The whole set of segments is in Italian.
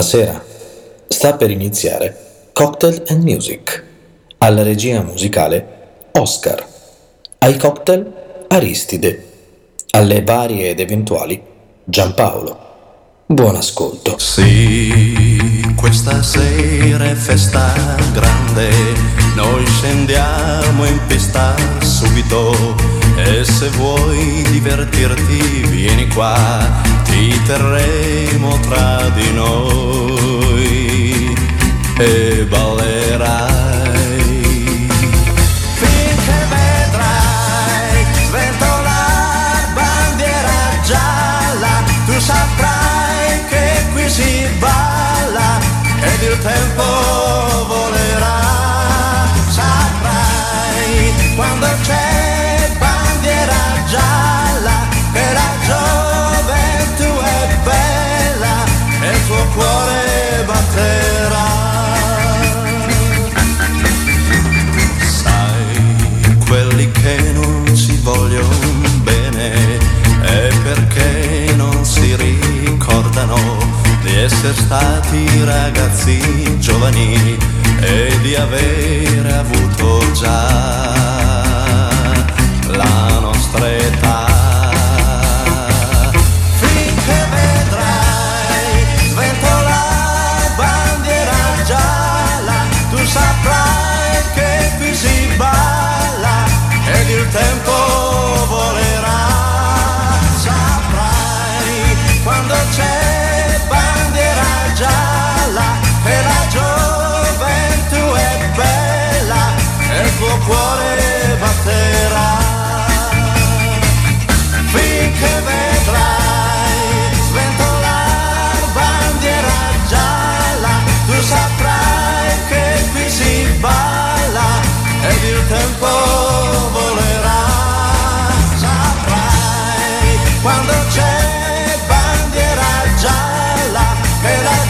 Buonasera. Sta per iniziare Cocktail and Music. Alla regia musicale Oscar. Ai cocktail Aristide. Alle varie ed eventuali Giampaolo. Buon ascolto. Sì, questa sera è festa grande, noi scendiamo in pista subito e se vuoi divertirti vieni qua, ti terremo tra di noi e ballerai. Finché vedrai sventolar bandiera gialla, tu saprai che qui si balla ed il tempo volerà. Saprai quando c'è bandiera gialla che la gioventù è bella e il tuo cuore batterà. Sai, quelli che non si vogliono bene è perché non si ricordano di essere stati ragazzi giovani e di avere avuto già la nostra età. Finché vedrai sventolare bandiera gialla, tu saprai che qui si balla ed il tempo volerà. Saprai quando c'è bandiera gialla che la gioventù è bella e il tuo cuore batterà. Finché vedrai sventolar bandiera gialla, tu saprai che qui si balla ed il tempo volerà. Saprai quando c'è bandiera gialla che la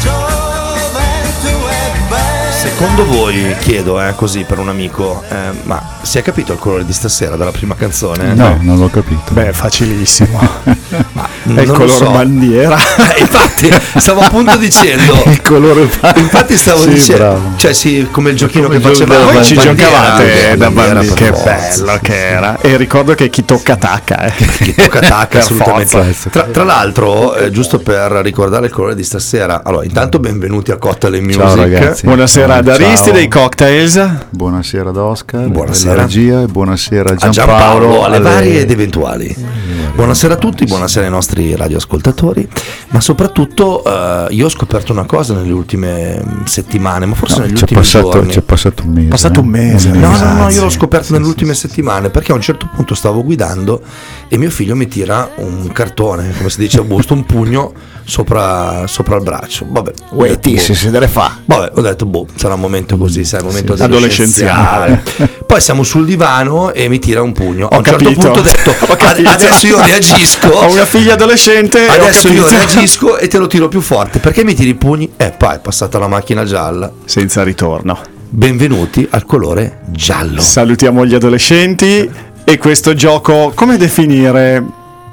gioventù è bella. Secondo voi, chiedo così per un amico, ma si è capito il colore di stasera dalla prima canzone? No, non l'ho capito. Beh, facilissimo. Ma È il colore bandiera. Infatti, stavo appunto dicendo. Il colore Infatti stavo sì, dicendo, bravo. cioè sì, come il giochino Come che il gioco facevamo. della Voi ci bandiera, giocavate da bandiera, bambini, per che forza. bello che era. E ricordo che chi tocca tacca, Chi tocca tacca, Per assolutamente. forza. Tra l'altro, giusto per ricordare il colore di stasera, allora intanto benvenuti a Cocktail and Music. Ciao, ragazzi. Buonasera ad Aristide Ciao. dei Cocktails. Buonasera ad Oscar, Buonasera. alla regia, e buonasera a A Giampaolo, alle alle- varie ed eventuali. Buonasera a tutti, buonasera ai nostri radioascoltatori, ma soprattutto io ho scoperto una cosa nelle ultime settimane, ma forse No, negli c'è ultimi giorni. passato un mese. Passato un mese, Un No, Grazie. io l'ho scoperto nelle ultime settimane perché a un certo punto stavo guidando e mio figlio mi tira un cartone, come si dice a busto, un pugno sopra il braccio. Vabbè, ho detto, boh. si deve fa. Vabbè, ho detto, sarà un momento così, sai, un momento Sì, adolescenziale. Poi siamo sul divano e mi tira un pugno. A Ho un certo capito. punto ho detto, Ho capito. adesso io reagisco. Ho una figlia adolescente. Adesso ho io capito. reagisco e te lo tiro più forte. Perché mi tiri i pugni? Poi è passata la macchina gialla. Senza ritorno. Benvenuti al colore giallo. Salutiamo gli adolescenti e questo gioco, come definire?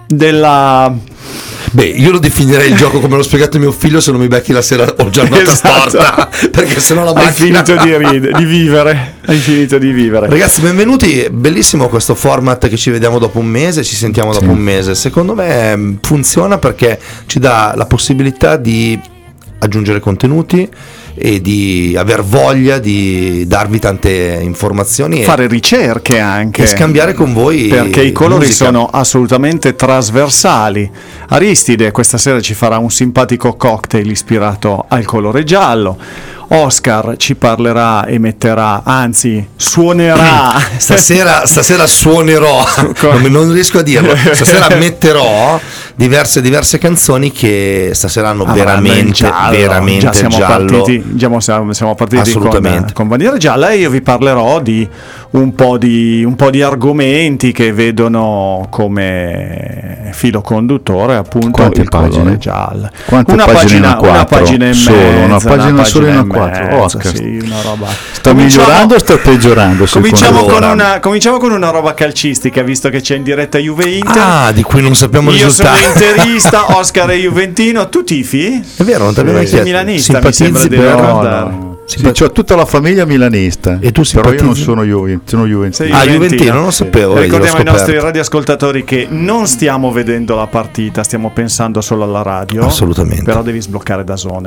Della Beh, io lo definirei il gioco come l'ho spiegato mio figlio, se non mi becchi la sera o giornata Esatto. storta. Perché sennò la Hai macchina... finito di vivere. Hai finito di vivere. Ragazzi, benvenuti, bellissimo questo format che ci vediamo dopo un mese, ci sentiamo dopo un mese. Secondo me funziona perché ci dà la possibilità di aggiungere contenuti e di aver voglia di darvi tante informazioni Fare ricerche anche e scambiare con voi, perché i colori musica. sono assolutamente trasversali. Aristide questa sera ci farà un simpatico cocktail ispirato al colore giallo. Oscar ci parlerà e metterà, anzi suonerà Stasera suonerò, non riesco a dirlo. Stasera metterò diverse canzoni che stasera hanno veramente già siamo giallo. siamo partiti Assolutamente. con bandiera gialla e io vi parlerò di un po' di argomenti che vedono come filo conduttore appunto Quante il pagine? colore giallo. Quante Una pagine in pagina, una A4? pagina e Solo, mezza, una pagina solo in e A4. mezza, Oscar. sì, una roba. Sta migliorando o sta peggiorando? Cominciamo secondo te? cominciamo con una roba calcistica, visto che c'è in diretta Juve-Inter. Ah, di cui non sappiamo il Io sono risultato. interista, Oscar è juventino, tu tifi? È vero, non ti avevo mai Sei chiesto. milanista, mi sembra di per- ricordare. Sì, c'ho tutta la famiglia milanista. E tu però io non simpatizzi? sono juventino. Sei Ah, Juventino, non lo sapevo. vedi, l'ho Ricordiamo ai nostri scoperto. radioascoltatori che non stiamo vedendo la partita, stiamo pensando solo alla radio. Assolutamente. Però devi sbloccare Dazn.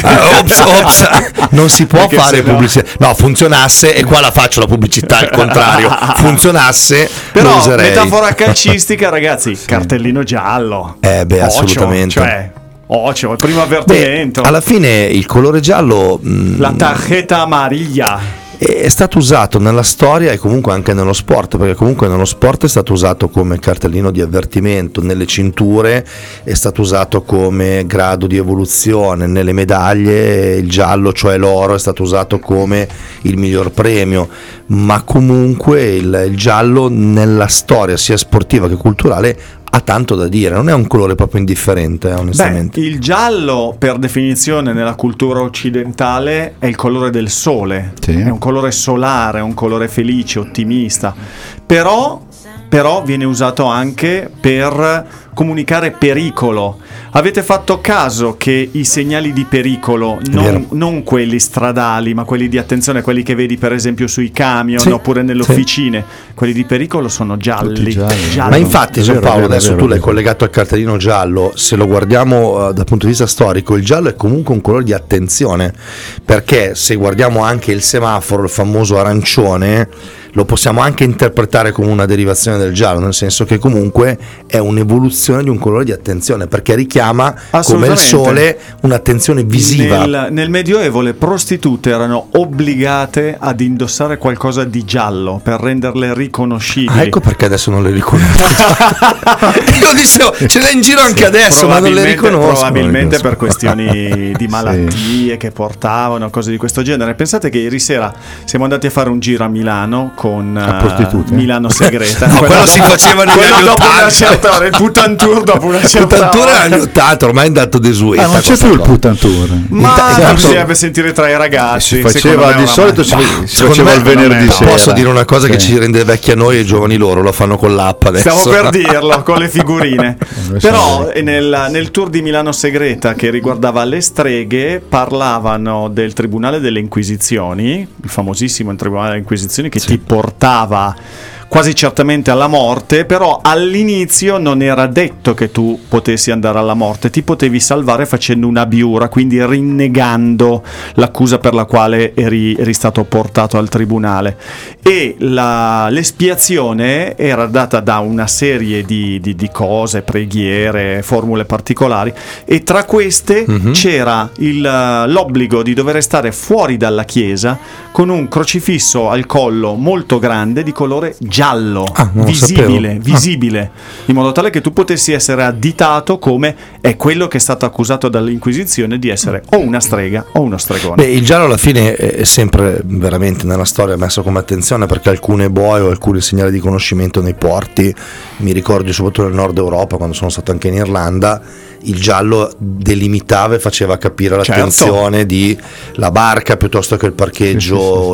Ops. Non si può Perché fare se no- pubblicità. No, funzionasse, e qua la faccio la pubblicità al contrario. Funzionasse, lo Però userei. metafora calcistica, ragazzi, cartellino giallo. Beh, Ocio, assolutamente. Cioè, ocio, il primo Beh, avvertimento. alla fine il colore giallo La tarjeta amarilla. è stato usato nella storia e comunque anche nello sport, perché comunque nello sport è stato usato come cartellino di avvertimento, nelle cinture è stato usato come grado di evoluzione, nelle medaglie il giallo, cioè l'oro, è stato usato come il miglior premio, ma comunque il giallo nella storia sia sportiva che culturale ha tanto da dire, non è un colore proprio indifferente, onestamente. Beh, il giallo per definizione nella cultura occidentale è il colore del sole, Sì. è un colore solare, è un colore felice, ottimista, però viene usato anche per comunicare pericolo. Avete fatto caso che i segnali di pericolo, vero. non quelli stradali, ma quelli di attenzione, quelli che vedi per esempio sui camion Sì, oppure nelle officine, quelli di pericolo sono gialli. Tutti gialli. Giallo. Ma infatti, È vero, Giampaolo, è vero, adesso è tu vero, l'hai è vero. collegato al cartellino giallo, se lo guardiamo dal punto di vista storico, il giallo è comunque un colore di attenzione, perché se guardiamo anche il semaforo, il famoso arancione, lo possiamo anche interpretare come una derivazione del giallo, nel senso che comunque è un'evoluzione di un colore di attenzione, perché richiama come il Assolutamente. sole un'attenzione visiva. Nel Medioevo le prostitute erano obbligate ad indossare qualcosa di giallo per renderle riconoscibili. Ah, ecco perché adesso non le riconosco. Io dicevo, ce l'hai in giro anche adesso, ma non le riconosco. Probabilmente per Sì. questioni di malattie che portavano, cose di questo genere. Pensate che ieri sera siamo andati a fare un giro a Milano con prostitute? Milano Segreta. No, quello si faceva negli quello anni dopo una 80. certa ora, il putan tour dopo una certa Putantura ora. negli 80, ormai è andato desueta. Non c'è più il putantura. Ma Intanto- bisognerebbe sentire tra i ragazzi. Si secondo faceva me di oramai. solito si Secondo faceva me il venerdì no. sera. Posso dire una cosa che Sì. ci rende vecchi a noi e giovani loro, lo fanno con l'app adesso. Stiamo per dirlo con le figurine. Noi Però nel tour di Milano Segreta che riguardava le streghe parlavano del Tribunale delle Inquisizioni, il famosissimo Tribunale delle Inquisizioni che ti portava quasi certamente alla morte, però all'inizio non era detto che tu potessi andare alla morte, ti potevi salvare facendo una biura, quindi rinnegando l'accusa per la quale eri stato portato al tribunale, e l'espiazione era data da una serie di cose, preghiere, formule particolari, e tra queste c'era l'obbligo di dover stare fuori dalla chiesa con un crocifisso al collo molto grande di colore giallo, Ah, non lo visibile, in modo tale che tu potessi essere additato come è quello che è stato accusato dall'Inquisizione di essere o una strega o uno stregone. Beh, il giallo alla fine è sempre veramente nella storia messo come attenzione, perché alcune boe o alcuni segnali di conoscimento nei porti, mi ricordo soprattutto nel nord Europa, quando sono stato anche in Irlanda, il giallo delimitava e faceva capire l'attenzione di la barca piuttosto che il parcheggio,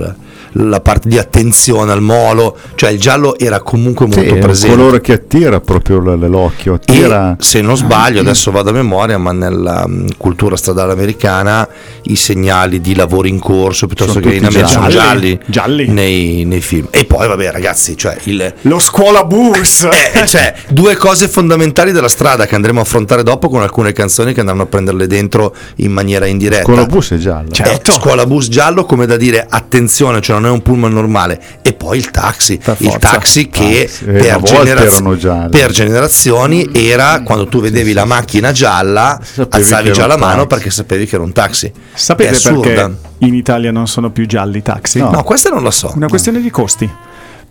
la parte di attenzione al molo, cioè il giallo era comunque molto Sì, è un presente. colore che attira proprio l'occhio, attira. E se non sbaglio, adesso vado a memoria, ma nella cultura stradale americana i segnali di lavori in corso piuttosto Sono che in tutti America sono gialli. gialli nei film. E poi vabbè ragazzi, cioè Lo scuolabus! cioè, due cose fondamentali della strada che andremo a affrontare dopo con alcune canzoni che andranno a prenderle dentro in maniera indiretta. Con la bus è giallo. Certo. Scuola bus giallo, come da dire attenzione, cioè non è un pullman normale. E poi il taxi, Per il forza. taxi che Taxi. Una volta erano gialli. per generazioni era quando tu vedevi la macchina gialla, Sapevi alzavi che già era la un mano taxi. perché sapevi che era un taxi. È Sapete assurda. perché in Italia non sono più gialli i taxi? No. No, questa non la so. Una questione di costi.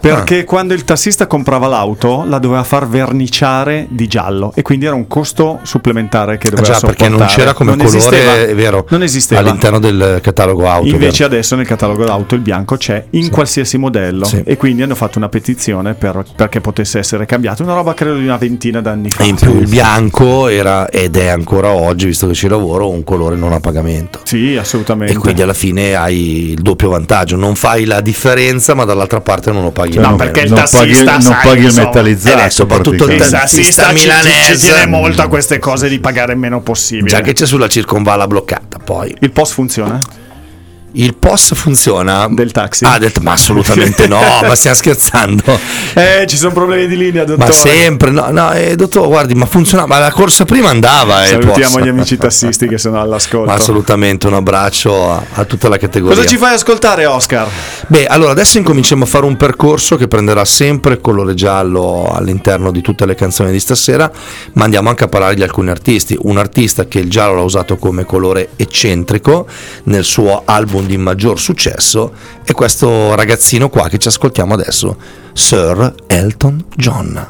perché quando il tassista comprava l'auto la doveva far verniciare di giallo e quindi era un costo supplementare che doveva sopportare. Perché non c'era come non colore, esisteva. è vero, non esisteva all'interno del catalogo auto. invece adesso nel catalogo d'auto il bianco c'è in qualsiasi modello, e quindi hanno fatto una petizione perché potesse essere cambiato, una roba credo di una ventina d'anni fa. E in più il bianco era ed è ancora oggi, visto che ci lavoro, un colore non a pagamento. Sì, assolutamente. E quindi alla fine hai il doppio vantaggio, non fai la differenza ma dall'altra parte non lo paghi. No, perché il tassista non paghi il insomma, metallizzato, soprattutto il tassista ci milanese tiene molto a queste cose di pagare il meno possibile. già che c'è sulla circonvalla bloccata. Poi il POS funziona? il POS funziona Del taxi? ma assolutamente no, ma stiamo scherzando. Ci sono problemi di linea, dottore. Ma sempre, dottore, guardi, ma funziona, ma la corsa prima andava. Salutiamo gli amici tassisti che sono all'ascolto. Ma assolutamente, un abbraccio a tutta la categoria. Cosa ci fai ascoltare, Oscar? Beh, allora adesso incominciamo a fare un percorso che prenderà sempre colore giallo all'interno di tutte le canzoni di stasera, ma andiamo anche a parlare di alcuni artisti. Un artista che il giallo l'ha usato come colore eccentrico nel suo album di maggior successo è questo ragazzino qua che ci ascoltiamo adesso, Sir Elton John.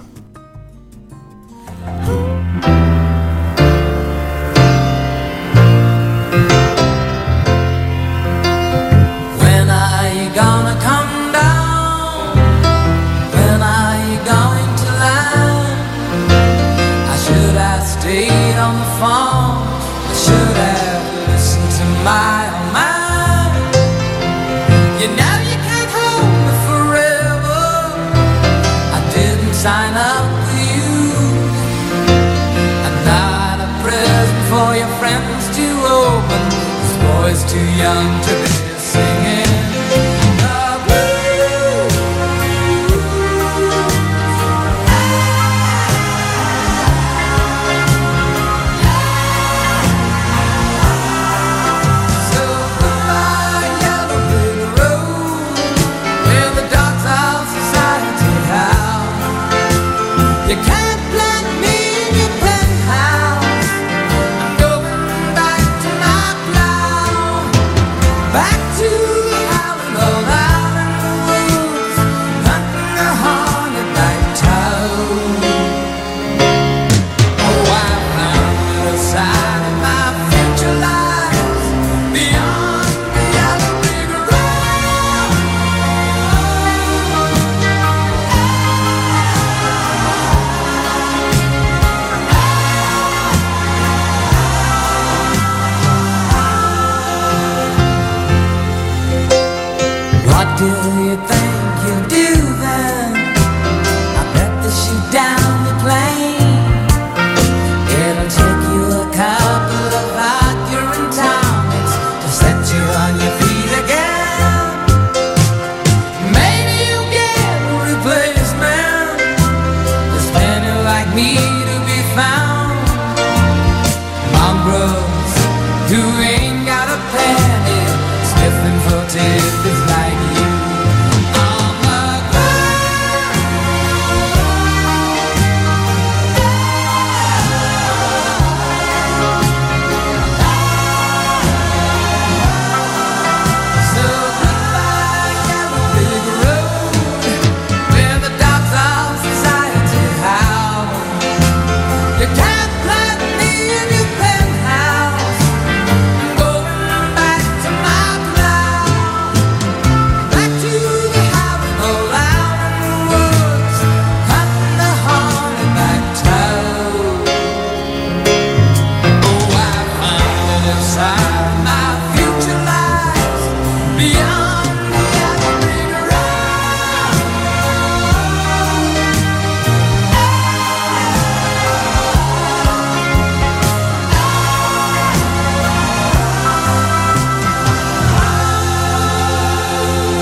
When are you gonna come down? When are you going to land? I should have stayed on the phone. I should have listened to my own mind. You know you can't hold me forever. I didn't sign up with you. I'm not a present for your friends to open. This boy's too young to be singing the blues. So goodbye, yellow brick road, where the dogs of society howl. You can't plant me in your penthouse. I'm going back to my plow, back to the howling old out in the woods, hunting a haunted night toad. Oh, I found the side of my future lies beyond the yellow brick road. What do you think you'll do then? I bet they shoot down the plane. It'll take you a couple of Accurate tonics to set you on your feet again. Maybe you'll get a replacement. There's plenty like me to be found. Mongrels who ain't got a penny, sniffing for tidbits like you. On the ground. So goodbye, yellow brick road, where the dogs of society howl. You can't plant me in your penthouse. I'm going back to my plow, back to the howling old out in the woods, hunting the haunted night toad. Oh, I found it inside my future lies beyond the yellow brick road.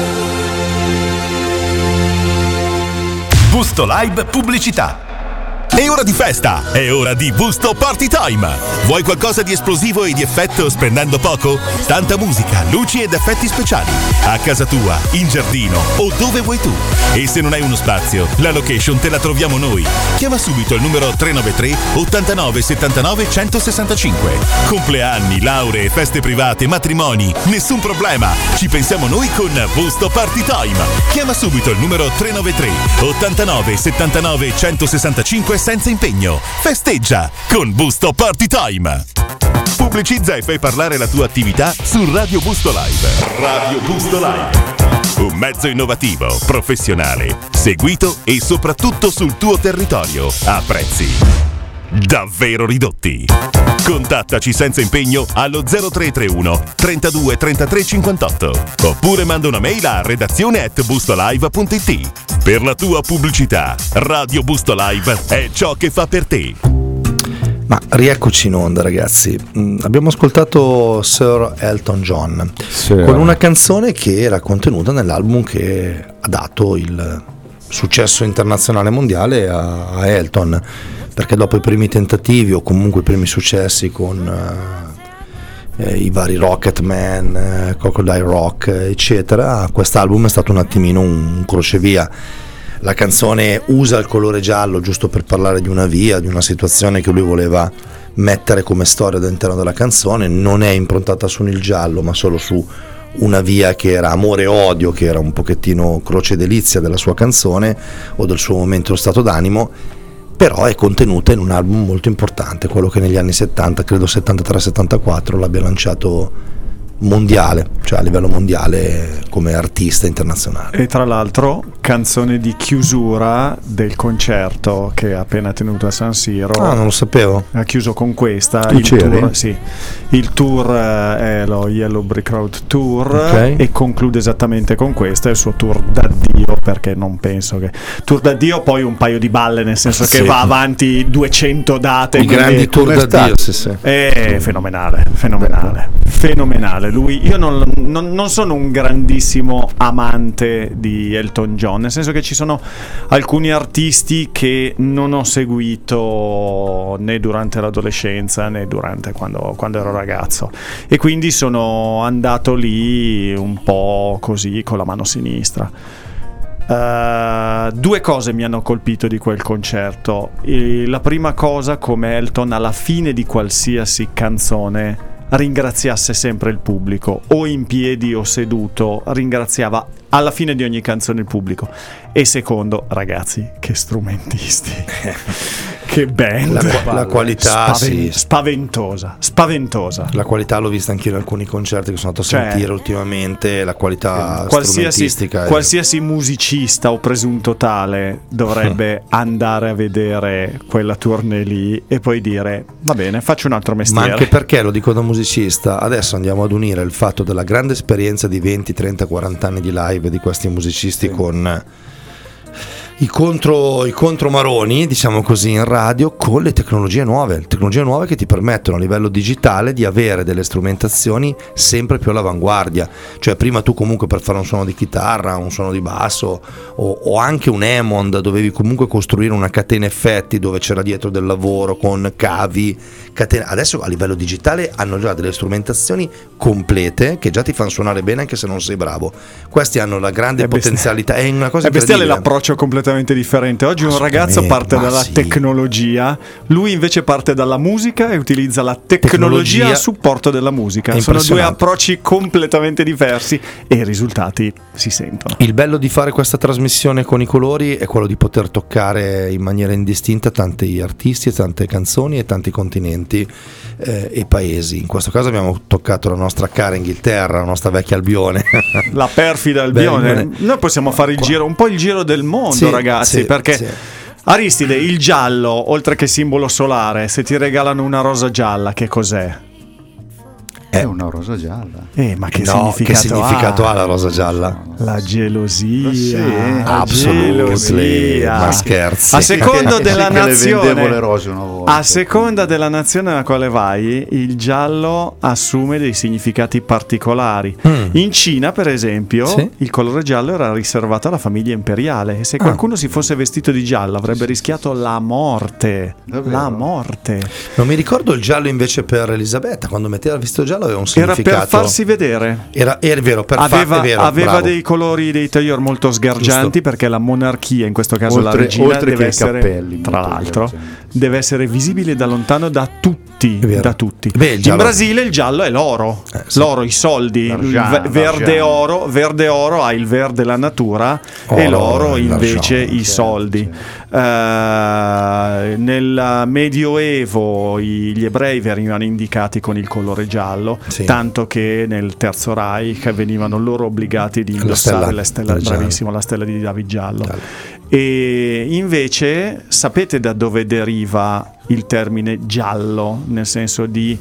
Busto Live Pubblicità. È ora di festa, è ora di Busto Party Time. Vuoi qualcosa di esplosivo e di effetto spendendo poco? Tanta musica, luci ed effetti speciali. A casa tua, in giardino o dove vuoi tu. E se non hai uno spazio, la location te la troviamo noi. Chiama subito il numero 393 89 79 165. Compleanni, lauree, feste private, matrimoni, nessun problema. Ci pensiamo noi con Busto Party Time. Chiama subito il numero 393 89 79 165 senza impegno. Festeggia con Busto Party Time. Pubblicizza e fai parlare la tua attività su Radio Busto Live. Radio Busto Live. Un mezzo innovativo, professionale, seguito e soprattutto sul tuo territorio a prezzi davvero ridotti. Contattaci senza impegno allo 0331 32 33 58 oppure manda una mail a redazione@bustolive.it. Per la tua pubblicità, Radio Busto Live è ciò che fa per te. Ma rieccoci in onda, ragazzi. Abbiamo ascoltato Sir Elton John con una canzone che era contenuta nell'album che ha dato il successo internazionale mondiale a Elton, perché dopo i primi tentativi o comunque i primi successi con i vari Rocketman, Crocodile Rock, eccetera, quest'album è stato un attimino un crocevia. La canzone usa il colore giallo giusto per parlare di una via, di una situazione che lui voleva mettere come storia all'interno della canzone. Non è improntata su il giallo, ma solo su una via che era amore e odio, che era un pochettino croce delizia della sua canzone o del suo momento, stato d'animo, però è contenuta in un album molto importante, quello che negli anni 70, credo 73-74, l'abbia lanciato mondiale, cioè a livello mondiale come artista internazionale. E tra l'altro canzone di chiusura del concerto che ha appena tenuto a San Siro. Ah, non lo sapevo. Ha chiuso con questa il tour, sì. Il tour è lo Yellow Brick Road Tour, okay, e conclude esattamente con questa, il suo tour d'addio, perché non penso che tour d'addio poi un paio di balle, nel senso che va avanti 200 date, i grandi tour d'addio, sì. È fenomenale. Lui, io non sono un grandissimo amante di Elton John, nel senso che ci sono alcuni artisti che non ho seguito né durante l'adolescenza né durante quando ero ragazzo, e quindi sono andato lì un po' così con la mano sinistra. Due cose mi hanno colpito di quel concerto. La prima cosa, come Elton alla fine di qualsiasi canzone ringraziasse sempre il pubblico, o in piedi o seduto, ringraziava alla fine di ogni canzone il pubblico. E secondo, ragazzi, che strumentisti, che band, la qualità spaventosa. La qualità l'ho vista anche in alcuni concerti che sono andato a sentire ultimamente. La qualità strumentistica, qualsiasi musicista o presunto tale dovrebbe andare a vedere quella tournée lì e poi dire va bene, faccio un altro mestiere. Ma anche perché, lo dico da musicista, adesso andiamo ad unire il fatto della grande esperienza di 20, 30, 40 anni di live di questi musicisti con i contromaroni, diciamo così, in radio, con le tecnologie nuove che ti permettono a livello digitale di avere delle strumentazioni sempre più all'avanguardia. Cioè prima tu comunque per fare un suono di chitarra, un suono di basso o anche un Hammond dovevi comunque costruire una catena effetti dove c'era dietro del lavoro con cavi, catena. Adesso a livello digitale hanno già delle strumentazioni complete che già ti fanno suonare bene anche se non sei bravo. Questi hanno la grande potenzialità, è una cosa bestiale, l'approccio completamente differente. Oggi un ragazzo parte dalla tecnologia, lui invece parte dalla musica e utilizza la tecnologia a supporto della musica. Sono due approcci completamente diversi e i risultati si sentono. Il bello di fare questa trasmissione con i colori è quello di poter toccare in maniera indistinta tanti artisti e tante canzoni e tanti continenti e paesi. In questo caso abbiamo toccato la nostra cara Inghilterra, la nostra vecchia Albione, la perfida Albione. Noi possiamo fare un po' il giro del mondo, ragazzi, perché Aristide, il giallo, oltre che simbolo solare, se ti regalano una rosa gialla, che cos'è? È una rosa gialla. Ma che No, che significato ha la rosa gialla? La gelosia. Sì, la assolutamente. gelosia. Ma scherzi. A seconda della Sì, che le vendevo le nazione, rose una volta. a seconda della nazione nella quale vai, il giallo assume dei significati particolari. In Cina, per esempio, Sì. il colore giallo era riservato alla famiglia imperiale e se qualcuno si fosse vestito di giallo avrebbe rischiato la morte. Davvero? La morte. Non mi ricordo il giallo invece per Elisabetta, quando metteva il vestito giallo aveva un Era significato. per farsi vedere. Era vero, Aveva bravo. dei colori dei tailleur molto sgargianti, Giusto. perché la monarchia, in questo caso la Oltre- regina, oltre deve che i essere, cappelli, tra molto l'altro, sgargianti. deve essere visibile da lontano da tutti. È vero. Da tutti. Beh, il In giallo- Brasile il giallo è l'oro, sì. l'oro, i soldi, L'argent, verde l'argent. oro ha il verde la natura e Oro, l'oro invece l'argent, i soldi. Nel Medioevo gli ebrei venivano indicati con il colore giallo, Sì. tanto che nel Terzo Reich venivano loro obbligati di indossare la stella, del giallo. bravissimo, la stella di David giallo. Giallo. E invece sapete da dove deriva il termine giallo, nel senso di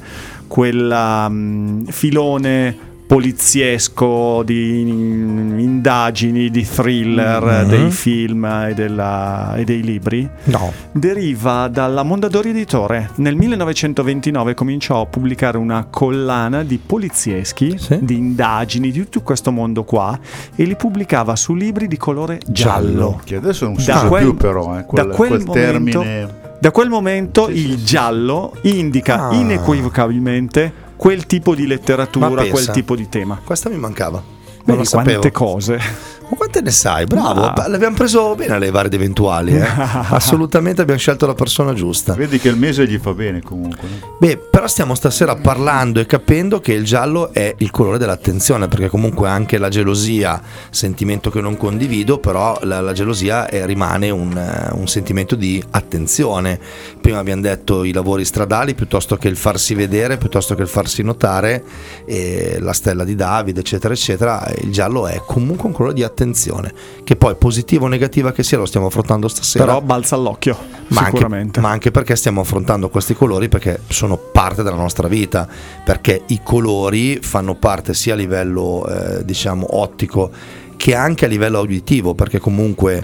quel filone poliziesco di indagini, di thriller dei film e dei libri? No. Deriva dalla Mondadori Editore. Nel 1929 cominciò a pubblicare una collana di polizieschi, Sì. di indagini, di tutto questo mondo qua, e li pubblicava su libri di colore giallo. Che adesso non si Da usa quel- più però, da quel momento- termine. Da quel momento il giallo indica Ah. inequivocabilmente quel tipo di Ma letteratura, pensa. quel tipo di tema. Questa mi mancava. Non Vedi lo sapevo. quante cose. Ma quante ne sai? Bravo, Ma- l'abbiamo preso bene alle varie ed eventuali. Assolutamente abbiamo scelto la persona giusta. Vedi che il mese gli fa bene comunque. No? Beh, però stiamo stasera parlando e capendo che il giallo è il colore dell'attenzione, perché comunque anche la gelosia, sentimento che non condivido, però la gelosia rimane un sentimento di attenzione. Prima abbiamo detto i lavori stradali, piuttosto che il farsi vedere, piuttosto che il farsi notare, la stella di Davide, eccetera, eccetera. Il giallo è comunque un colore di attenzione, che poi positiva o negativa che sia lo stiamo affrontando stasera. Però balza all'occhio, sicuramente. Ma anche perché stiamo affrontando questi colori perché sono parte della nostra vita, perché i colori fanno parte sia a livello diciamo ottico che anche a livello uditivo, perché comunque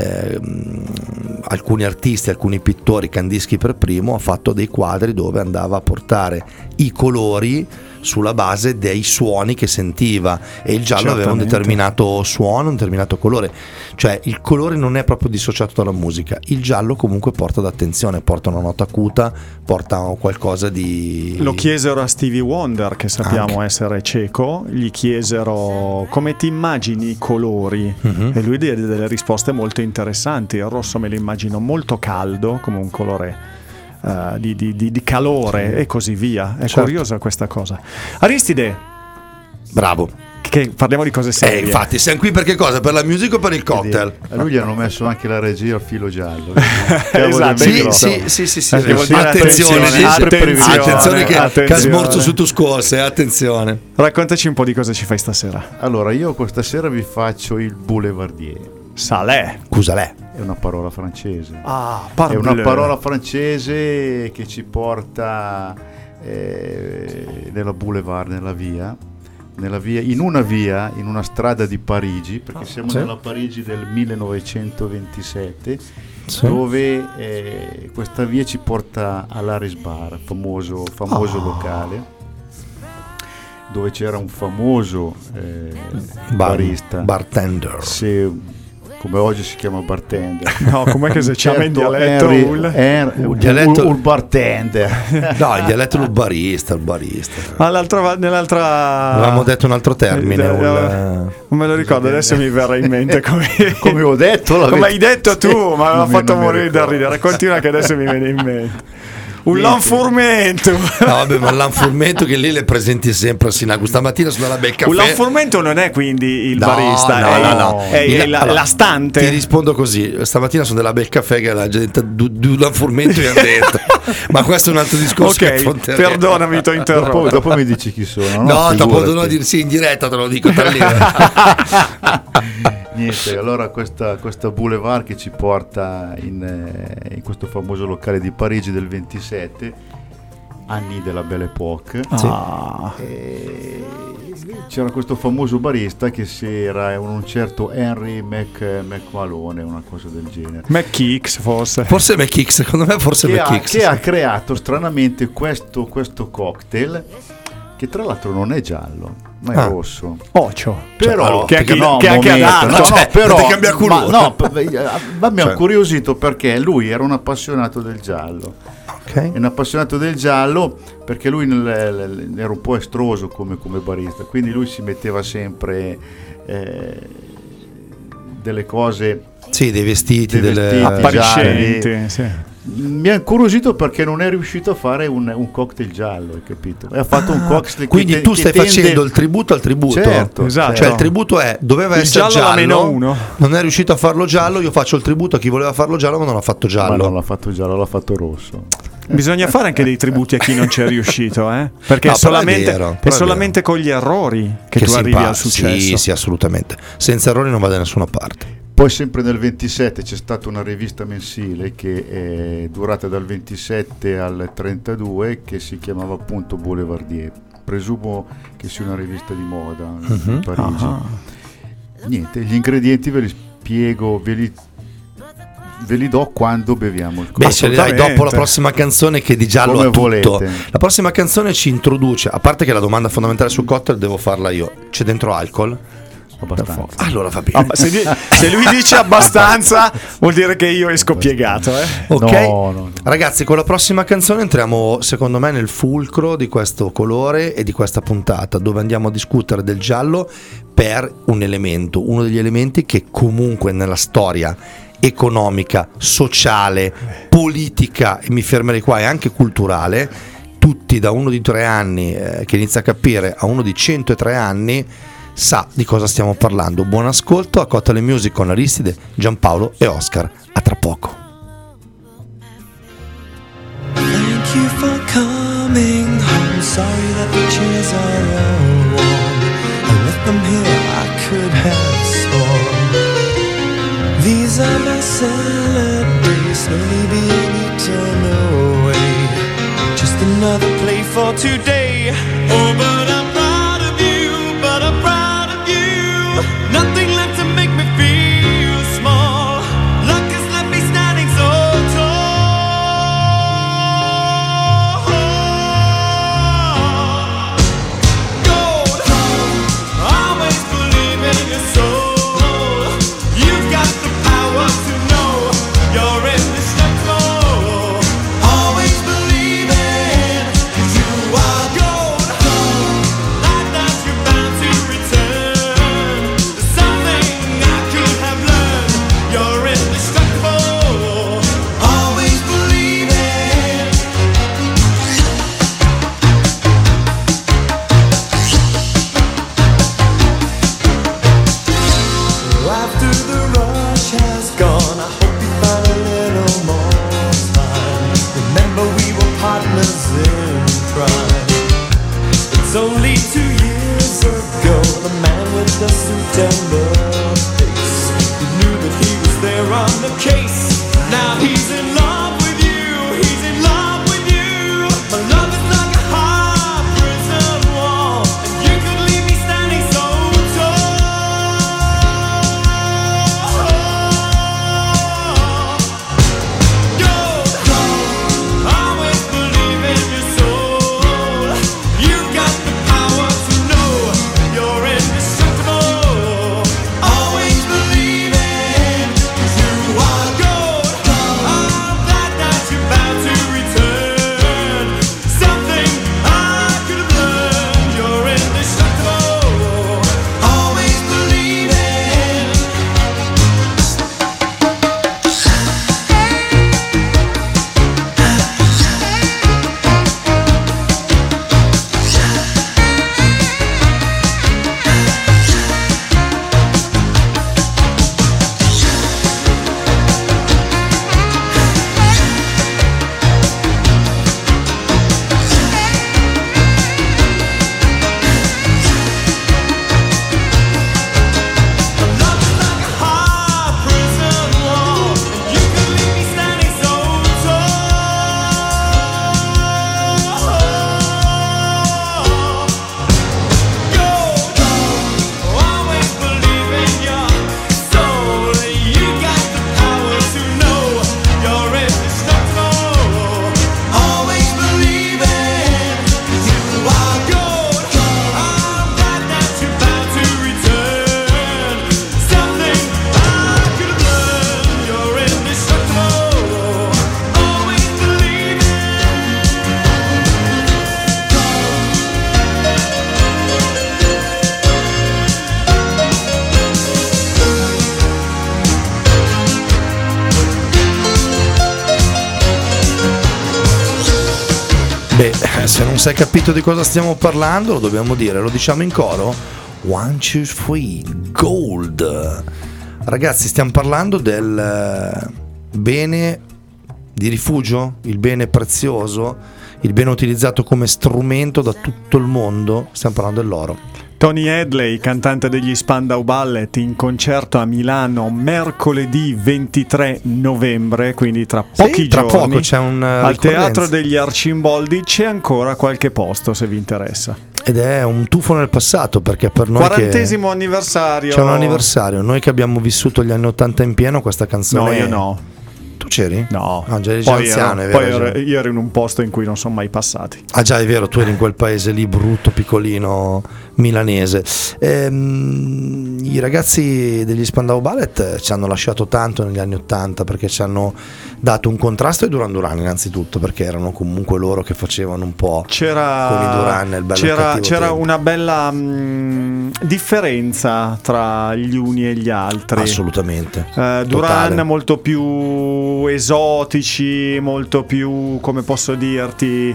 alcuni artisti, alcuni pittori, Kandinsky per primo, ha fatto dei quadri dove andava a portare i colori sulla base dei suoni che sentiva, e il giallo aveva un Certamente. determinato suono, un determinato colore, cioè il colore non è proprio dissociato dalla musica. Il giallo comunque porta d'attenzione, porta una nota acuta, porta qualcosa di... Lo chiesero a Stevie Wonder, che sappiamo Anche. essere cieco, gli chiesero come ti immagini i colori, e lui diede delle risposte molto interessanti. Il rosso me lo immagino molto caldo, come un colore di calore, e così via. È Certo. curiosa questa cosa. Aristide, Bravo. che parliamo di cose serie. Infatti siamo qui per che cosa? Per la music o per il cocktail? A lui gli hanno messo anche la regia al filo giallo. Esatto. Sì, Bello. sì. Che vuol dire Attenzione, attenzione che attenzione. smorzo su tu scuose, attenzione. Raccontaci un po' di cosa ci fai stasera. Allora, io questa sera vi faccio il boulevardier. Salè. Scusale. È una parola francese. Ah, È parbleu. una parola francese che ci porta nella boulevard, nella via, in una strada di Parigi, perché siamo sì. nella Parigi del 1927, Sì. dove questa via ci porta all'Aris Bar, famoso locale, dove c'era un famoso barista, Bartender. se, come oggi si chiama bartender. No, com'è che si chiama in Certo, dialetto? il dialetto- il bartender. No, il dialetto del barista. Ma nell'altra Avevamo detto un altro termine. Non me lo ricordo, adesso mi verrà in mente come Come ho detto, come hai detto tu, ma mi ha Non mi- fatto non mi morire da ricordo. ridere. Continua che adesso mi viene in mente. Un lanfurmento. No, vabbè, ma l'anfurmento che lì le presenti sempre a Sinago. Stamattina sono alla Bel Caffè. Un lanfurmento non è quindi il No, barista, no. è Allora, la stante. Ti rispondo così: stamattina sono della Bel Caffè che la gente l'anfurmento mi ha detto. Ma questo è un altro discorso che Ok, affronteremo. perdonami, ti ho interrotto. Dopo mi dici chi sono. No, dopo Figurati. devo dire sì in diretta, te lo dico. Niente, allora questa boulevard che ci porta in questo famoso locale di Parigi del 27, anni della Belle Époque. Ah. E c'era questo famoso barista che era un certo Henry McMalone, una cosa del genere. McKeeks forse. Forse McKeeks, secondo me forse McKeeks. Che ha creato stranamente questo cocktail, che tra l'altro non è giallo, ma è rosso. Ocio. Però che anche adatto. Però cambia culo. mi ha incuriosito perché lui era un appassionato del giallo. Okay. È un appassionato del giallo perché lui era un po' estroso come barista, quindi lui si metteva sempre delle cose, sì, dei vestiti appariscenti, sì. Mi ha incuriosito perché non è riuscito a fare un cocktail giallo, hai capito? E ha fatto un cocktail quindi tu stai facendo il tributo al tributo. Certo, esatto. Cioè il tributo doveva il essere giallo -1. Non è riuscito a farlo giallo, io faccio il tributo a chi voleva farlo giallo ma non l'ha fatto giallo. Ma non l'ha fatto giallo, l'ha fatto rosso. Bisogna fare anche dei tributi a chi non c'è riuscito, perché No, è solamente con gli errori che tu arrivi al successo. Sì, assolutamente. Senza errori non va da nessuna parte. Poi sempre nel 27 c'è stata una rivista mensile che è durata dal 27 al 32, che si chiamava appunto Boulevardier. Presumo che sia una rivista di moda di Parigi. Niente, gli ingredienti ve li spiego, ve li do quando beviamo il cocktail. Beh, ce li dai dopo la prossima canzone, che di giallo come ha tutto. volete. La prossima canzone ci introduce, a parte che la domanda fondamentale sul cocktail devo farla io. C'è dentro alcol? Abbastanza. Allora va bene. Se lui dice abbastanza, vuol dire che io esco piegato. Ok, No. Ragazzi, con la prossima canzone entriamo secondo me nel fulcro di questo colore e di questa puntata, dove andiamo a discutere del giallo per uno degli elementi che comunque nella storia economica, sociale, politica, e mi fermerei qua, e anche culturale, tutti da uno di 3 anni che inizia a capire a uno di 103 anni sa di cosa stiamo parlando. Buon ascolto a Cocktail Music con Aristide, Giampaolo e Oscar. A tra poco. Thank you for coming home. Sorry that the chairs are all warm. I left them here, I could have sworn. These are my salad days, slowly being eaten away. Just another play for today. Oh, but I'm proud of you, but I'm proud of you. Nothing left to make me feel small. Luck has left me standing so tall. Gold, always believe in your soul. You've got the power to know you're indestructible. Always believe it, 'cause you are gold. Beh, se non sei capito di cosa stiamo parlando, lo dobbiamo dire, lo diciamo in coro? 1, 2, 3, Gold. Ragazzi, stiamo parlando del bene di rifugio, il bene prezioso, il bene utilizzato come strumento da tutto il mondo. Stiamo parlando dell'oro. Tony Hadley, cantante degli Spandau Ballet, in concerto a Milano mercoledì 23 novembre, quindi tra pochi tra giorni, poco c'è un al Teatro degli Arcimboldi. C'è ancora qualche posto se vi interessa. Ed è un tuffo nel passato, perché per noi 40° anniversario. c'è un anniversario, noi che abbiamo vissuto gli anni 80 in pieno, questa canzone. No, io no. Tu c'eri? No, già eri poi anziano, io ero in un posto in cui non sono mai passati. Ah già, è vero, tu eri in quel paese lì brutto, piccolino, milanese. I ragazzi degli Spandau Ballet ci hanno lasciato tanto negli anni 80, perché ci hanno dato un contrasto ai Duran Duran innanzitutto, perché erano comunque loro che facevano un po' con i Duran il bello e il cattivo c'era tempo. una bella differenza tra gli uni e gli altri. Assolutamente. Duran Totale. molto più esotici, molto più, come posso dirti,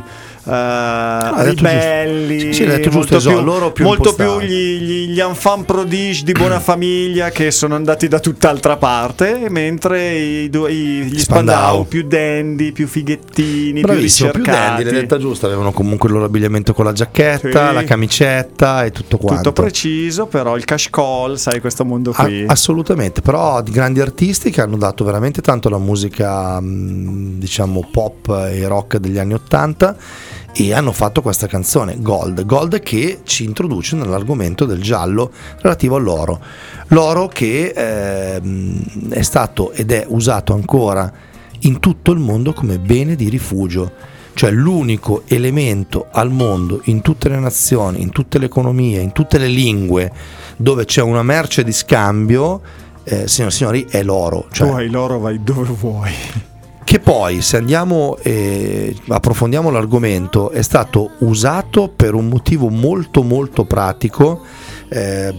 ribelli. Sì, hai detto giusto, loro più molto più impostati. gli enfant prodige di buona famiglia, che sono andati da tutt'altra parte, mentre gli Spandau più dandy, più fighettini, Bravissimo, più più ricercati. dandy, l'hai detta giusta, avevano comunque il loro abbigliamento con la giacchetta, Sì. la camicetta e tutto quanto. Tutto preciso, però il cash call, sai, questo mondo qui. Assolutamente, però di grandi artisti che hanno dato veramente tanto alla musica, diciamo pop e rock degli anni 80, e hanno fatto questa canzone Gold che ci introduce nell'argomento del giallo relativo all'oro che è stato ed è usato ancora in tutto il mondo come bene di rifugio, cioè l'unico elemento al mondo, in tutte le nazioni, in tutte le economie, in tutte le lingue, dove c'è una merce di scambio, signori e signori, è l'oro. Cioè, Tu hai l'oro, vai dove vuoi. che poi, se andiamo e approfondiamo l'argomento, è stato usato per un motivo molto molto pratico, se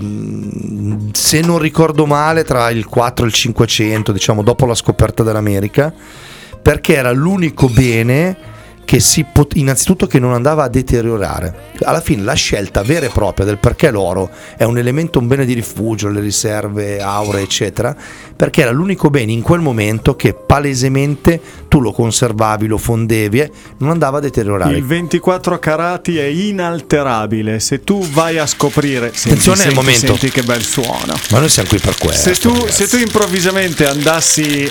non ricordo male tra il 4 e il 500, diciamo dopo la scoperta dell'America, perché era l'unico bene che innanzitutto che non andava a deteriorare. Alla fine la scelta vera e propria del perché l'oro è un elemento, un bene di rifugio, le riserve auree eccetera, perché era l'unico bene in quel momento che palesemente tu lo conservavi, lo fondevi e non andava a deteriorare. Il 24 carati è inalterabile. Se tu vai a scoprire, attenzione al momento, senti che bel suono. Ma noi siamo qui per questo. Se tu improvvisamente andassi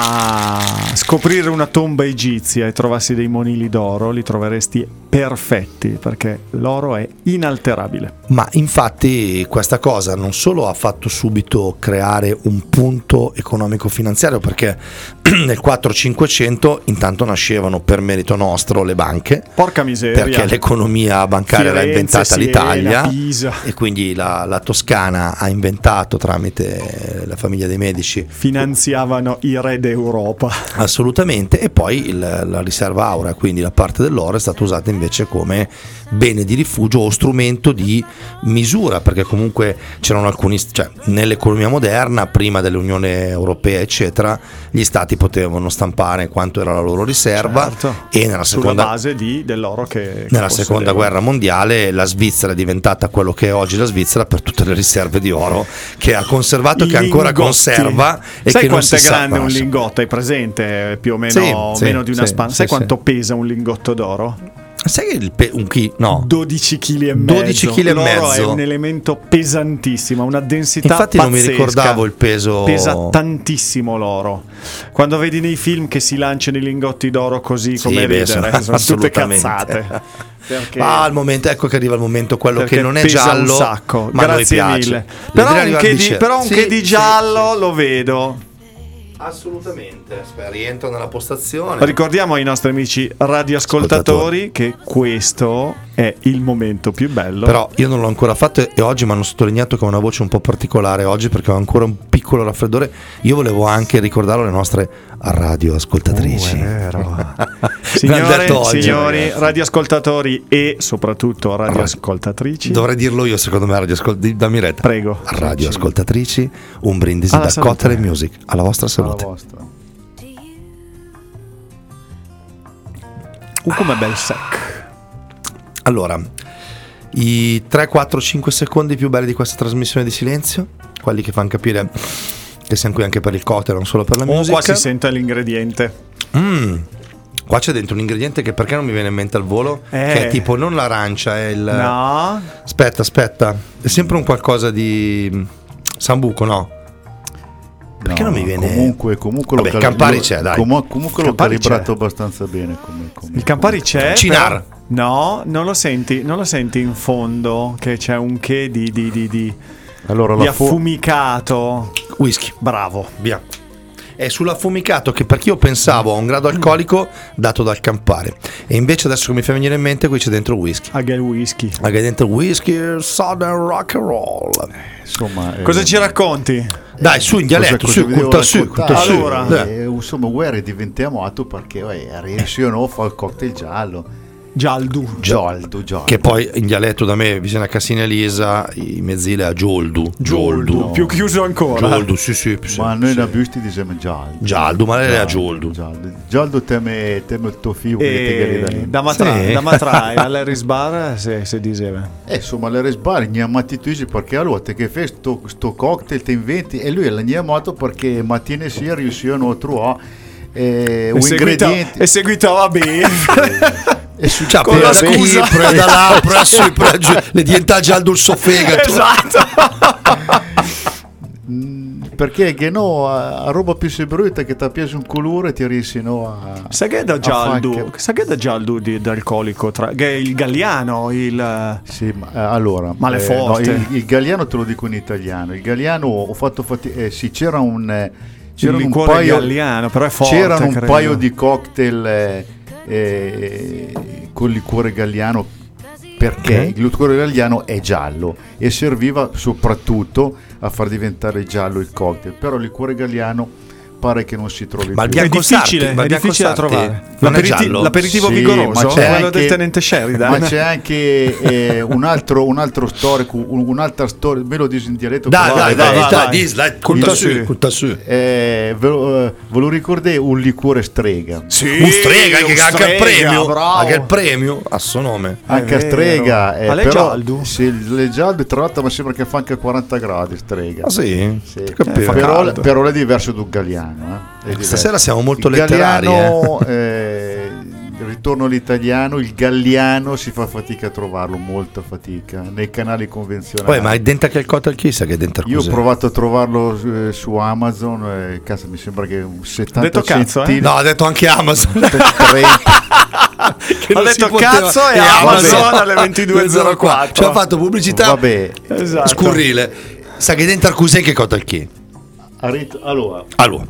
a scoprire una tomba egizia e trovassi dei monili d'oro, li troveresti perfetti, perché l'oro è inalterabile. Ma infatti questa cosa non solo ha fatto subito creare un punto economico-finanziario, perché nel 4-500 intanto nascevano per merito nostro le banche, porca miseria, perché l'economia bancaria l'ha inventata l'Italia, Pisa. E quindi la Toscana ha inventato, tramite la famiglia dei Medici, finanziavano i re d'Europa. Assolutamente. E poi la riserva aurea, quindi la parte dell'oro, è stata usata invece come bene di rifugio o strumento di misura, perché comunque c'erano alcuni, cioè nell'economia moderna, prima dell'Unione Europea eccetera, gli stati potevano stampare quanto era la loro riserva, certo. E nella sulla base dell'oro che nella seconda guerra mondiale la Svizzera è diventata quello che è oggi la Svizzera per tutte le riserve di oro che ha conservato, che ancora conserva. E sai che quanto non è si grande sa, un lingotto? Hai presente più o meno, Sì, meno di una sì, spanna? sì, Sai sì. quanto pesa un lingotto d'oro? Sai che un chilo? No. 12 kg e mezzo. 12 kg e L'oro mezzo. è un elemento pesantissimo, una densità Infatti pazzesca. non mi ricordavo il peso. Pesa tantissimo l'oro. Quando vedi nei film che si lanciano i lingotti d'oro così, Sì, come beh, ridere, sono tutte assolutamente. cazzate. Perché Al momento, ecco che arriva il momento, quello che non è pesa giallo, un sacco. ma Grazie a noi piace. mille. Però un Sì, che di sì, giallo sì. lo vedo. Assolutamente. Aspetta, rientro nella postazione. Ricordiamo ai nostri amici radioascoltatori che questo è il momento più bello. Però io non l'ho ancora fatto e oggi mi hanno sottolineato che ho una voce un po' particolare oggi, perché ho ancora un piccolo raffreddore. Io volevo anche ricordarlo alle nostre radioascoltatrici. È vero. detto oggi, Signori ragazzi. radioascoltatori e soprattutto radioascoltatrici. Dovrei dirlo io, secondo me, dammi retta. Prego. Radioascoltatrici, un brindisi Alla da salute. Cocktail Music alla vostra Alla salute. vostra. Com'è bel sec. Allora, i 3, 4, 5 secondi più belli di questa trasmissione di silenzio, quelli che fanno capire che siamo qui anche per il cocktail, non solo per la musica. Qua si sente l'ingrediente. Qua c'è dentro un ingrediente che perché non mi viene in mente al volo, che è tipo non l'arancia, è il... No. Aspetta, è sempre un qualcosa di sambuco, no? Perché non mi viene... Comunque Vabbè, Campari c'è, dai. Comunque l'ho Campari calibrato c'è. abbastanza bene. Il Campari c'è. Cinar. Però... No, non lo senti in fondo che c'è un che di Allora, di affumicato. Whisky. Bravo. Via. È sull'affumicato che perché io pensavo a un grado alcolico dato dal Campari, e invece adesso che mi fa venire in mente qui c'è dentro whisky. Aghe il whisky. Anche dentro whisky, southern rock and roll. Insomma, Cosa ci racconti? Dai, su in dialetto, cosa su, vi devo culta su, raccontare? culta su. Allora. Insomma, guerra diventiamo atto perché riusciamo a fare il cocktail giallo. Gialdu. Gialdo. Che poi in dialetto da me vicino a Cassina Elisa i mezzile a Gioldu. No. Più chiuso ancora. Gioldu, sì, più Ma sì, noi sì. ne abbiamo diciamo gialdo. Gialdu, ma lei è a Gioldu. Gialdo teme il tuo figlio che E ti da matrai all'Eris Bar se diceva. insomma, le resbari ne ha mattitusi perché allora te che fai sto cocktail ti inventi e lui l'ha chiamato perché mattina e sera riuscivano a trovare un ingrediente E seguitava bene. e su Con la scusa. Da là, presso, giù, le diventa gialdo il suo fegato. Esatto. perché che no a roba più sebruta che ti ha preso un colore ti riesci a Sai che è da gialdo di alcolico che è il Galliano, sì, ma, allora Ma le forte. no, il Galliano te lo dico in italiano. Il Galliano ho fatto sì, c'era un liquore paio Galliano, però è forte. c'erano un credo. paio di cocktail con liquore Galliano perché il liquore Galliano è giallo e serviva soprattutto a far diventare giallo il cocktail, però il liquore Galliano pare che non si trovi Ma il più. È bianco difficile, sarti, ma è il bianco difficile da sarti trovare. non è giallo? L'aperitivo Sì, vigoroso, ma c'è quello anche- del tenente Sheridan. Ma c'è anche un altro storico, un'altra storia, ve lo dico in dialetto. Dai, vai. dai, Il- culta su. Ve lo ricordate un liquore strega? Sì, Un strega che un anche il strega, premio, bravo. anche il premio a suo nome. Anche a vero. strega, Ma lei però gialdo? sì, le gialde tra l'altro mi sembra che fa anche 40 gradi strega. Ah sì? Sì. Capivo. Però è diverso da un Galliano. È diverso. Stasera siamo molto Il letterari. Galliano, ritorno all'italiano, il Galliano si fa fatica a trovarlo, molta fatica nei canali convenzionali. Poi, ma è dentro che il cocktail chissà che è dentro Io ho cos'è? provato a trovarlo su Amazon, cazzo, mi sembra che un 70 Detto cazzo, centini, No, ha detto anche Amazon. 30. Che Ha non si detto poteva- cazzo e Amazon Amazon alle 22:04. Ci ha fatto pubblicità Vabbè, Esatto. scurrile. Sa che dentro cos'è che cocktail chi? allora,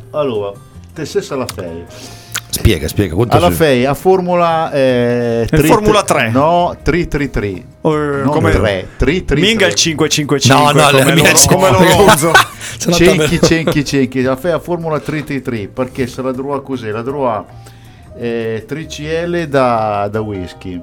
te stessa la fai. Spiega, conta Alla su. FEI a Formula Formula 3. No, 333. Non come 3. Minga il 555 No, come la mia come l'Oronzo. Se no Cenchi. La FEI a Formula 333 perché se la droga cos'è? La droga 3CL da whisky,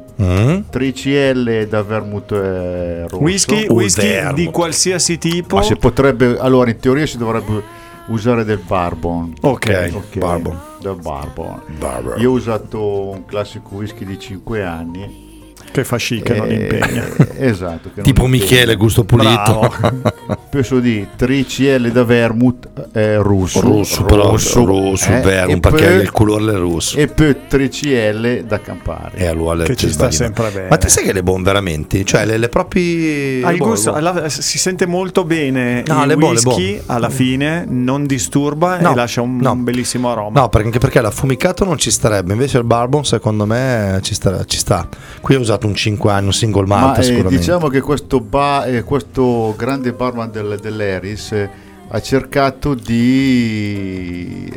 3CL da vermouth rosso. Whisky vermouth. di qualsiasi tipo. Ma si potrebbe, allora in teoria si dovrebbe usare del bourbon. Ok. Bourbon. Del bourbon. Bourbon. Io ho usato un classico whisky di 5 anni. Che fa chic, che non impegna. Esatto. che non Tipo impegna. Michele, gusto pulito. Penso di 3CL da vermouth russo. Rosso, vermouth, perché poi- il colore è rosso. E poi 3CL da Campari. E allora Che ci sta sempre bene. Ma te sai che le buone veramente? Cioè le proprie Ha il gusto, si sente molto bene No, il le buone, whisky alla fine, non disturba No, e lascia un no. bellissimo aroma. No, anche perché l'affumicato non ci starebbe. Invece il bourbon secondo me ci sta. Qui ho usato un 5 anni, un single Ma malt sicuramente. diciamo che questo grande barman dell'Eris ha cercato di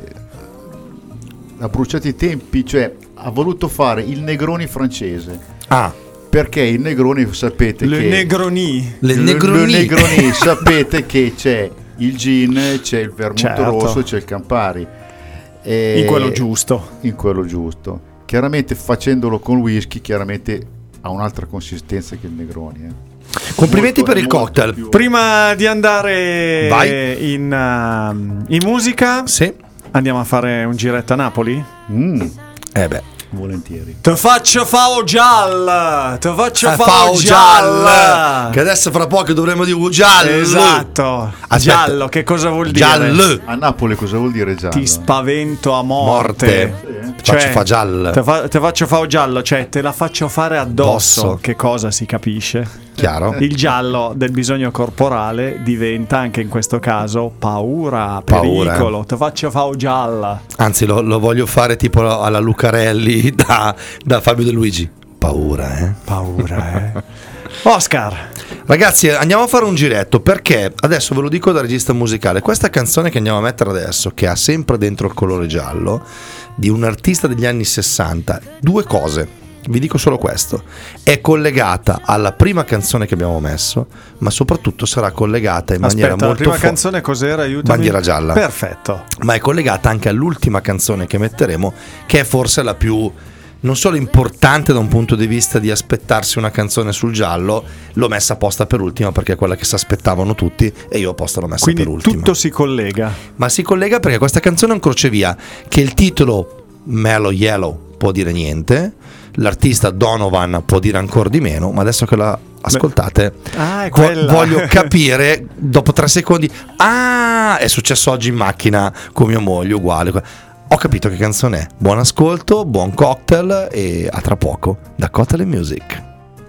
ha bruciato i tempi, cioè ha voluto fare il Negroni francese, Ah, perché il Negroni sapete Le che Negroni. le il Negroni. Negroni sapete che c'è il gin, c'è il vermouth Certo. rosso, c'è il Campari. In quello giusto. In quello giusto. Chiaramente facendolo con whisky, chiaramente ha un'altra consistenza che il Negroni. Complimenti Molto- per il molto cocktail. più- Prima di andare Vai. in musica, Sì. andiamo a fare un giretto a Napoli. Mm. Beh. volentieri. Te faccio fao gialla, te faccio fao Fao gialla. che adesso fra poco dovremo dire giallo. Esatto. Aspetta. Giallo, che cosa vuol dire? Giallo. A Napoli cosa vuol dire giallo? Ti spavento a morte. Faccio fa giallo. Te faccio fao giallo, cioè te la faccio fare addosso. Addosso. Che cosa si capisce? Chiaro? Il giallo del bisogno corporale diventa anche in questo caso paura, pericolo. Te faccio fao gialla. Anzi, lo voglio fare tipo alla Lucarelli da Fabio De Luigi. Paura, Paura, Oscar. Ragazzi, andiamo a fare un giretto, perché adesso ve lo dico da regista musicale. Questa canzone che andiamo a mettere adesso, che ha sempre dentro il colore giallo, di un artista degli anni 60, due cose. Vi dico solo questo: è collegata alla prima canzone che abbiamo messo, ma soprattutto sarà collegata in maniera molto la prima canzone cos'era? Aiutami. Bandiera gialla. Perfetto. Ma è collegata anche all'ultima canzone che metteremo, che è forse la più, non solo importante da un punto di vista di aspettarsi una canzone sul giallo. L'ho messa apposta per ultima perché è quella che si aspettavano tutti, e io apposta l'ho messa Quindi per ultima. tutto si collega. Ma si collega perché questa canzone è un crocevia, che il titolo Mellow Yellow può dire niente, l'artista Donovan può dire ancora di meno, ma adesso che la ascoltate è quella. voglio capire dopo 3 secondi. È successo oggi in macchina con mia moglie, uguale. Ho capito che canzone è. Buon ascolto, buon cocktail e a tra poco da Cocktail and Music.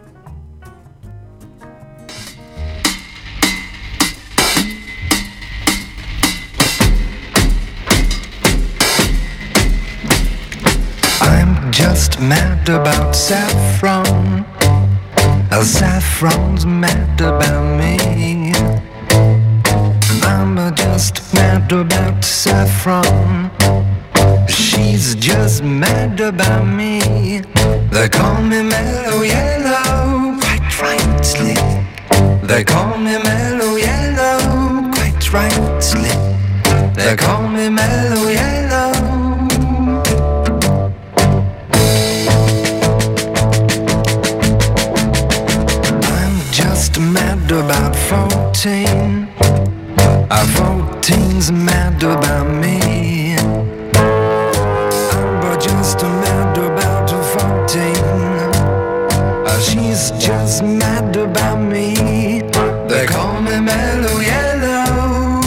Just mad about saffron. Saffron's mad about me. I'm just mad about saffron. She's just mad about me. They call me Mellow Yellow, quite rightly. They call me Mellow Yellow, quite rightly. They call me Mellow Yellow. Mad about 14. 14's mad about me. I'm just mad about 14. She's just mad about me. They call me Mellow Yellow.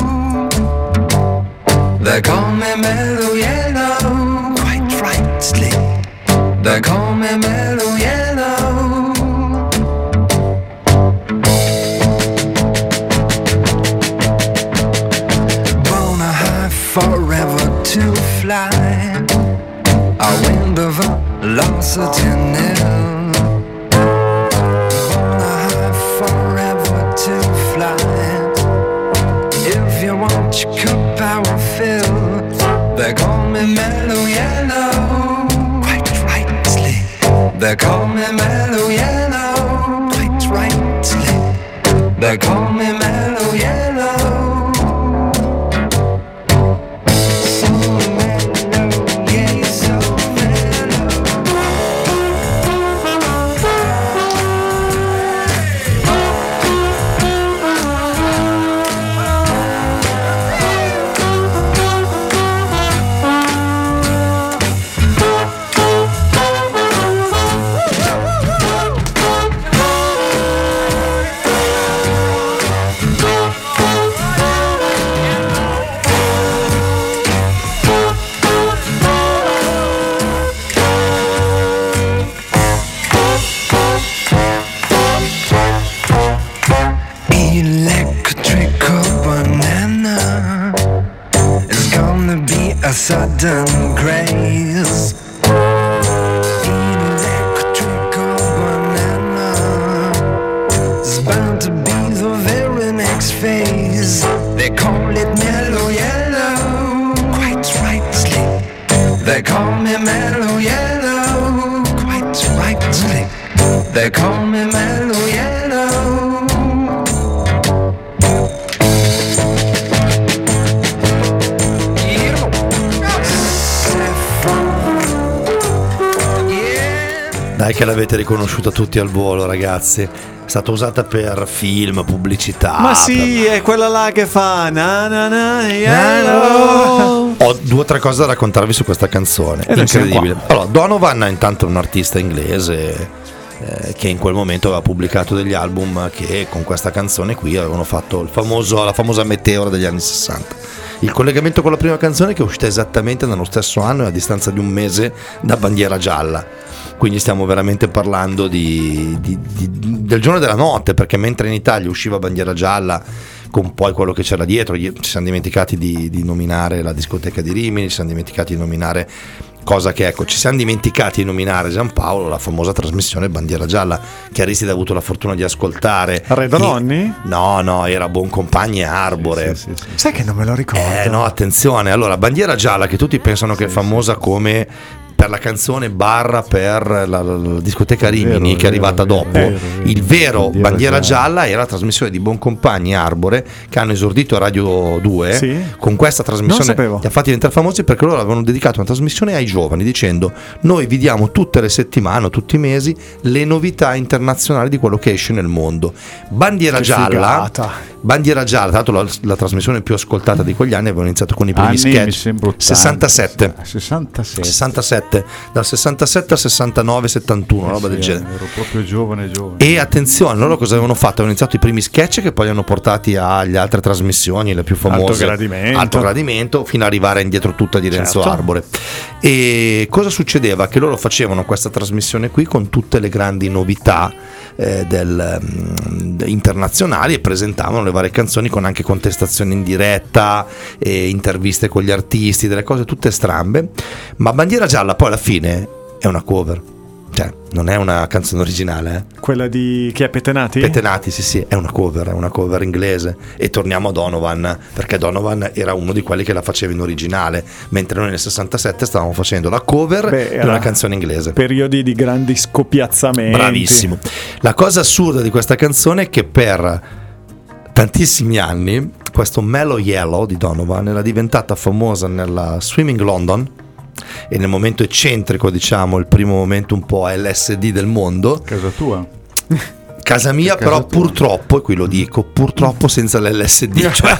They call me Mellow Yellow, quite rightly. They call me Mellow Yellow. Forever to fly, a wind of velocity nil. Wanna high forever to fly. If you want your cup, I will fill. They call me Mellow Yellow, quite rightly. They call me Mellow Yellow, quite rightly. They call me Mellow Yellow. Sudden grace. Electrical banana is bound to be the very next phase. They call it Mellow Yellow, quite rightly. They call me Mellow Yellow, quite rightly. They call me Mellow Yellow. Dai che l'avete riconosciuta tutti al volo, ragazzi. È stata usata per film, pubblicità. Ma sì, è quella là che fa na na na yellow. Ho 2 o 3 cose da raccontarvi su questa canzone. noi siamo Incredibile. Allora, Donovan intanto è un artista inglese che in quel momento aveva pubblicato degli album che con questa canzone qui avevano fatto la famosa meteora degli anni 60. Il collegamento con la prima canzone, che è uscita esattamente nello stesso anno e a distanza di un mese da Bandiera Gialla. Quindi stiamo veramente parlando del giorno e della notte, perché mentre in Italia usciva Bandiera Gialla con poi quello che c'era dietro, ci siamo dimenticati di nominare la discoteca di Rimini, ci siamo dimenticati di nominare ci siamo dimenticati di nominare Giampaolo, la famosa trasmissione Bandiera Gialla, che Aristide ha avuto la fortuna di ascoltare. Redo Nonni? No, era Buoncompagni e Arbore. Sì. Sai che non me lo ricordo. No, attenzione. Allora, Bandiera Gialla, che tutti pensano che è famosa come per la canzone barra per la discoteca Rimini, che è arrivata dopo. Il vero Bandiera Gialla era la trasmissione di Buoncompagni e Arbore, che hanno esordito a Radio 2. Sì. Con questa trasmissione Non sapevo. li ha fatti diventare famosi, perché loro avevano dedicato una trasmissione ai giovani dicendo: noi vi diamo tutte le settimane o tutti i mesi le novità internazionali di quello che esce nel mondo. Bandiera Che Gialla, figata. Bandiera Gialla, tra l'altro la trasmissione più ascoltata di quegli anni, avevano iniziato con i primi Mi sketch. sembra 80. 67, dal 67 al 69, 71, roba del genere. Ero proprio giovane. E attenzione, loro cosa avevano fatto? Avevano iniziato i primi sketch che poi li hanno portati alle altre trasmissioni, le più famose, Alto Gradimento, fino ad arrivare a Indietro Tutta di Renzo Arbore. E cosa succedeva? Che loro facevano questa trasmissione qui con tutte le grandi novità internazionali, e presentavano le varie canzoni con anche contestazioni in diretta, interviste con gli artisti, delle cose tutte strambe. Ma Bandiera Gialla poi alla fine è una cover, cioè non è una canzone originale. Quella di chi è Petenati? Petenati, sì, è una cover inglese. E torniamo a Donovan, perché Donovan era uno di quelli che la faceva in originale, mentre noi nel 67 stavamo facendo la cover di una canzone inglese. Periodi di grandi scopiazzamenti. Bravissimo. La cosa assurda di questa canzone è che per tantissimi anni questo Mellow Yellow di Donovan era diventata famosa nella Swimming London, e nel momento eccentrico, diciamo, il primo momento un po' LSD del mondo. Casa tua? Casa mia, però purtroppo, e qui lo dico, purtroppo senza l'LSD, cioè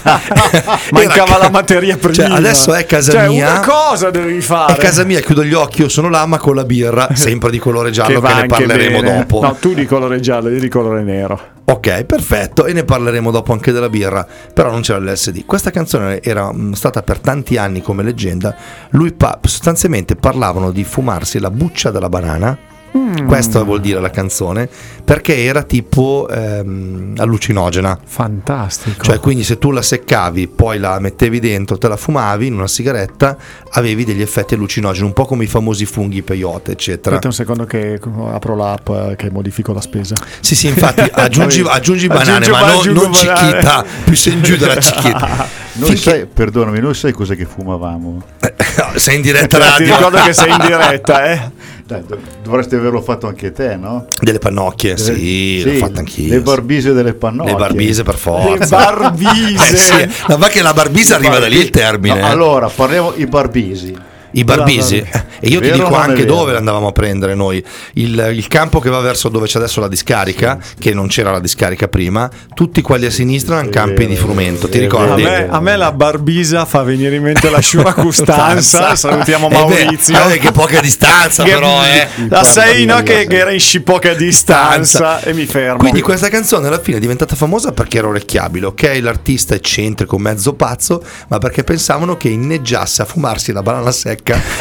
mancava la materia prima. Cioè, adesso è casa mia. Una cosa devi fare. È casa mia, chiudo gli occhi, io sono là, ma con la birra sempre di colore giallo, che ne parleremo dopo. No, tu di colore giallo, io di colore nero. Ok, perfetto, e ne parleremo dopo anche della birra, però non c'era l'LSD. Questa canzone era stata per tanti anni come leggenda. Sostanzialmente parlavano di fumarsi la buccia della banana. Questo vuol dire la canzone, perché era tipo allucinogena. Fantastico. Cioè, quindi se tu la seccavi, poi la mettevi dentro, te la fumavi in una sigaretta, avevi degli effetti allucinogeni, un po' come i famosi funghi peyote, eccetera. Aspetta un secondo che apro l'app, che modifico la spesa. Sì, infatti aggiungi banane, ma non cicchita, più sei in giù della cicchita. Perdonami, noi sai cos'è che fumavamo? Sei in diretta radio. Ti ricordo che sei in diretta, Dai, dovresti averlo fatto anche te, no? Delle pannocchie, sì, l'ho fatta anch'io. Le barbise delle pannocchie. Le barbise per forza. Le barbise. Sì, ma che la barbisa arriva da lì il termine. No, allora, parliamo i barbisi. I barbisi, e io ti Vero, dico non è anche vero. dove le andavamo a prendere noi. Il campo che va verso dove c'è adesso la discarica, che non c'era la discarica prima, tutti quelli a sinistra erano campi di frumento, ti ricordi? A me la barbisa fa venire in mente la Sciura Costanza. Salutiamo Maurizio. Che poca distanza, però La 6, no, che era in scipoca distanza, e mi fermo. Quindi questa canzone alla fine è diventata famosa perché era orecchiabile, ok? L'artista eccentrico, mezzo pazzo, ma perché pensavano che inneggiasse a fumarsi la banana secca.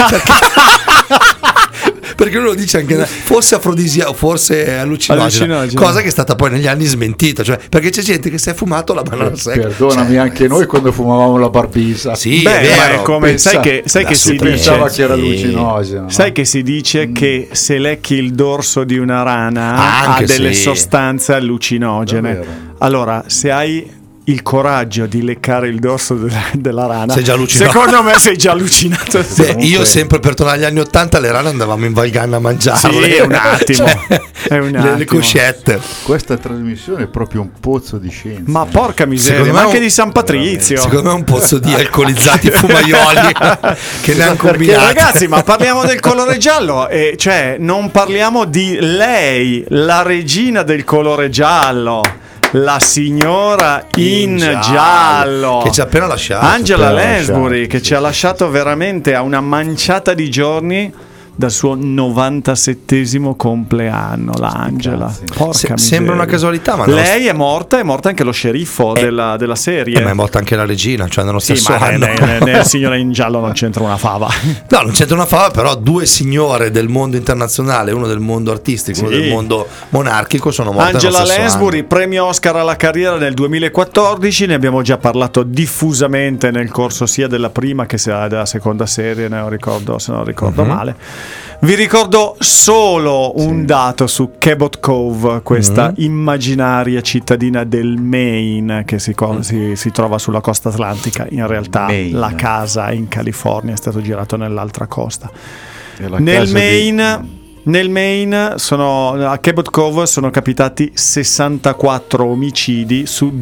Perché lui lo dice anche forse afrodisiaco, forse allucinogena, cosa che è stata poi negli anni smentita, cioè perché c'è gente che si è fumato la banana secca. Perdonami, anche noi quando fumavamo la barbisa. Sì, beh, è vero. è come, sai che si pensava dice che era allucinogena. Sai che si dice che se lecchi il dorso di una rana ha Anche delle sì. sostanze allucinogene. Davvero? Allora, se hai il coraggio di leccare il dorso della rana, sei già allucinato. Secondo me sei già allucinato. Io sempre per tornare agli anni 80 le rane andavamo in Valganna a mangiarle. Sì, è un attimo. È un attimo. Le coscette. Questa trasmissione è proprio un pozzo di scienza. Ma porca miseria, ma anche di San Patrizio. Secondo me è un pozzo di alcolizzati fumaioli che ne hanno combinati. Ragazzi, ma parliamo del colore giallo, e cioè non parliamo di lei, la regina del colore giallo, la signora in giallo, che ci ha appena lasciato, Angela Lansbury, che ci ha lasciato veramente a una manciata di giorni dal suo 97esimo compleanno. L'Angela, porca sembra una casualità, ma lei è morta anche lo sceriffo della serie. Ma è morta anche la regina, cioè nello stesso ma anno. nel signore in giallo non c'entra una fava. No, non c'entra una fava, però due signore del mondo internazionale, uno del mondo artistico, uno del mondo monarchico, sono morte Angela nello stesso Lansbury, anno. premio Oscar alla carriera nel 2014, ne abbiamo già parlato diffusamente nel corso sia della prima che sia della seconda serie, se non ricordo male. Vi ricordo solo un dato su Cabot Cove, questa immaginaria cittadina del Maine che si trova sulla costa atlantica. In realtà la casa è in California, è stato girato nell'altra costa. Nel Maine a Cabot Cove sono capitati 64 omicidi su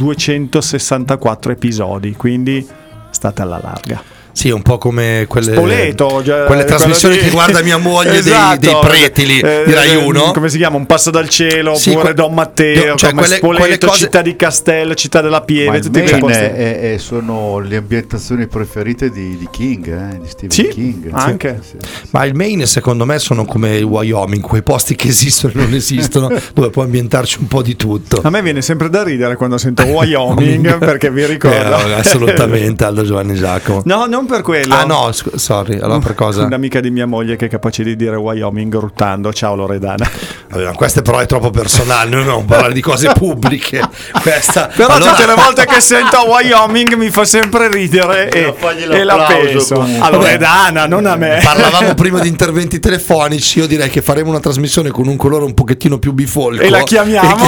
264 episodi, quindi state alla larga. Sì, un po' come quelle Spoleto, quelle trasmissioni che guarda mia moglie, esatto, dei pretili di Rai 1. Come si chiama? Un passo dal cielo, oppure Don Matteo, cioè come Spoleto, cose... Città di Castello, Città della Pieve, tutti quei posti. Sono le ambientazioni preferite di King, di Stephen King. Anche. Sì. Ma il Maine secondo me sono come il Wyoming, quei posti che esistono e non esistono, dove puoi ambientarci un po' di tutto. A me viene sempre da ridere quando sento Wyoming perché vi ricordo. Assolutamente, Aldo Giovanni Giacomo. No, non per quello. Ah no, sorry, allora per cosa? Un'amica di mia moglie che è capace di dire Wyoming ruttando. Ciao Loredana. Vabbè, questa però è troppo personale, noi non parlare di cose pubbliche. Però tutte le volte che sento Wyoming mi fa sempre ridere e la penso a Loredana, non a me. Parlavamo prima di interventi telefonici, io direi che faremo una trasmissione con un colore un pochettino più bifolco e la chiamiamo.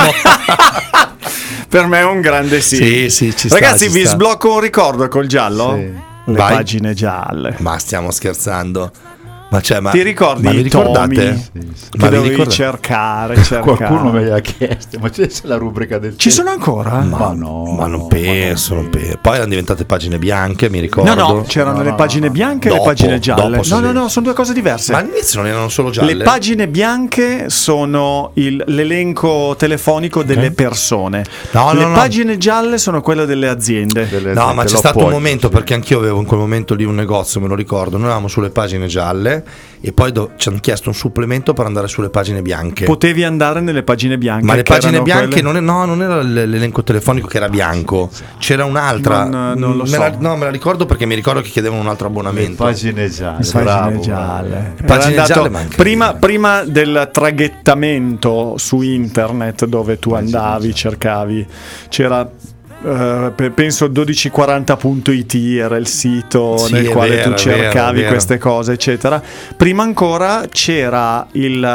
Per me è un grande sì. Sì, ci ragazzi, sta, vi sblocco un ricordo col giallo? Sì. Le pagine gialle. Ma stiamo scherzando? Ma ti ricordi vi ricordate? Sì. Che dovevi cercare. Qualcuno me l'ha chiesto, ma c'è la rubrica del ci sono ancora? Ma non penso. Poi erano diventate pagine bianche, mi ricordo. No, c'erano le pagine bianche e le pagine gialle. No, sono due cose diverse. Ma all'inizio non erano solo gialle. Le pagine bianche sono l'elenco telefonico delle persone. Le pagine gialle sono quelle delle aziende. No, ma c'è stato un momento, perché anch'io avevo in quel momento lì un negozio, me lo ricordo. Noi eravamo sulle pagine gialle e poi ci hanno chiesto un supplemento per andare sulle pagine bianche. Potevi andare nelle pagine bianche. Ma le pagine bianche non era l'elenco telefonico che era bianco, c'era un'altra. Non lo so. Me la ricordo perché mi ricordo che chiedevano un altro abbonamento. Pagine gialle. Pagine gialle. Prima del traghettamento su internet, dove tu andavi, cercavi, c'era penso 1240.it era il sito nel quale tu cercavi queste cose, eccetera. Prima ancora c'era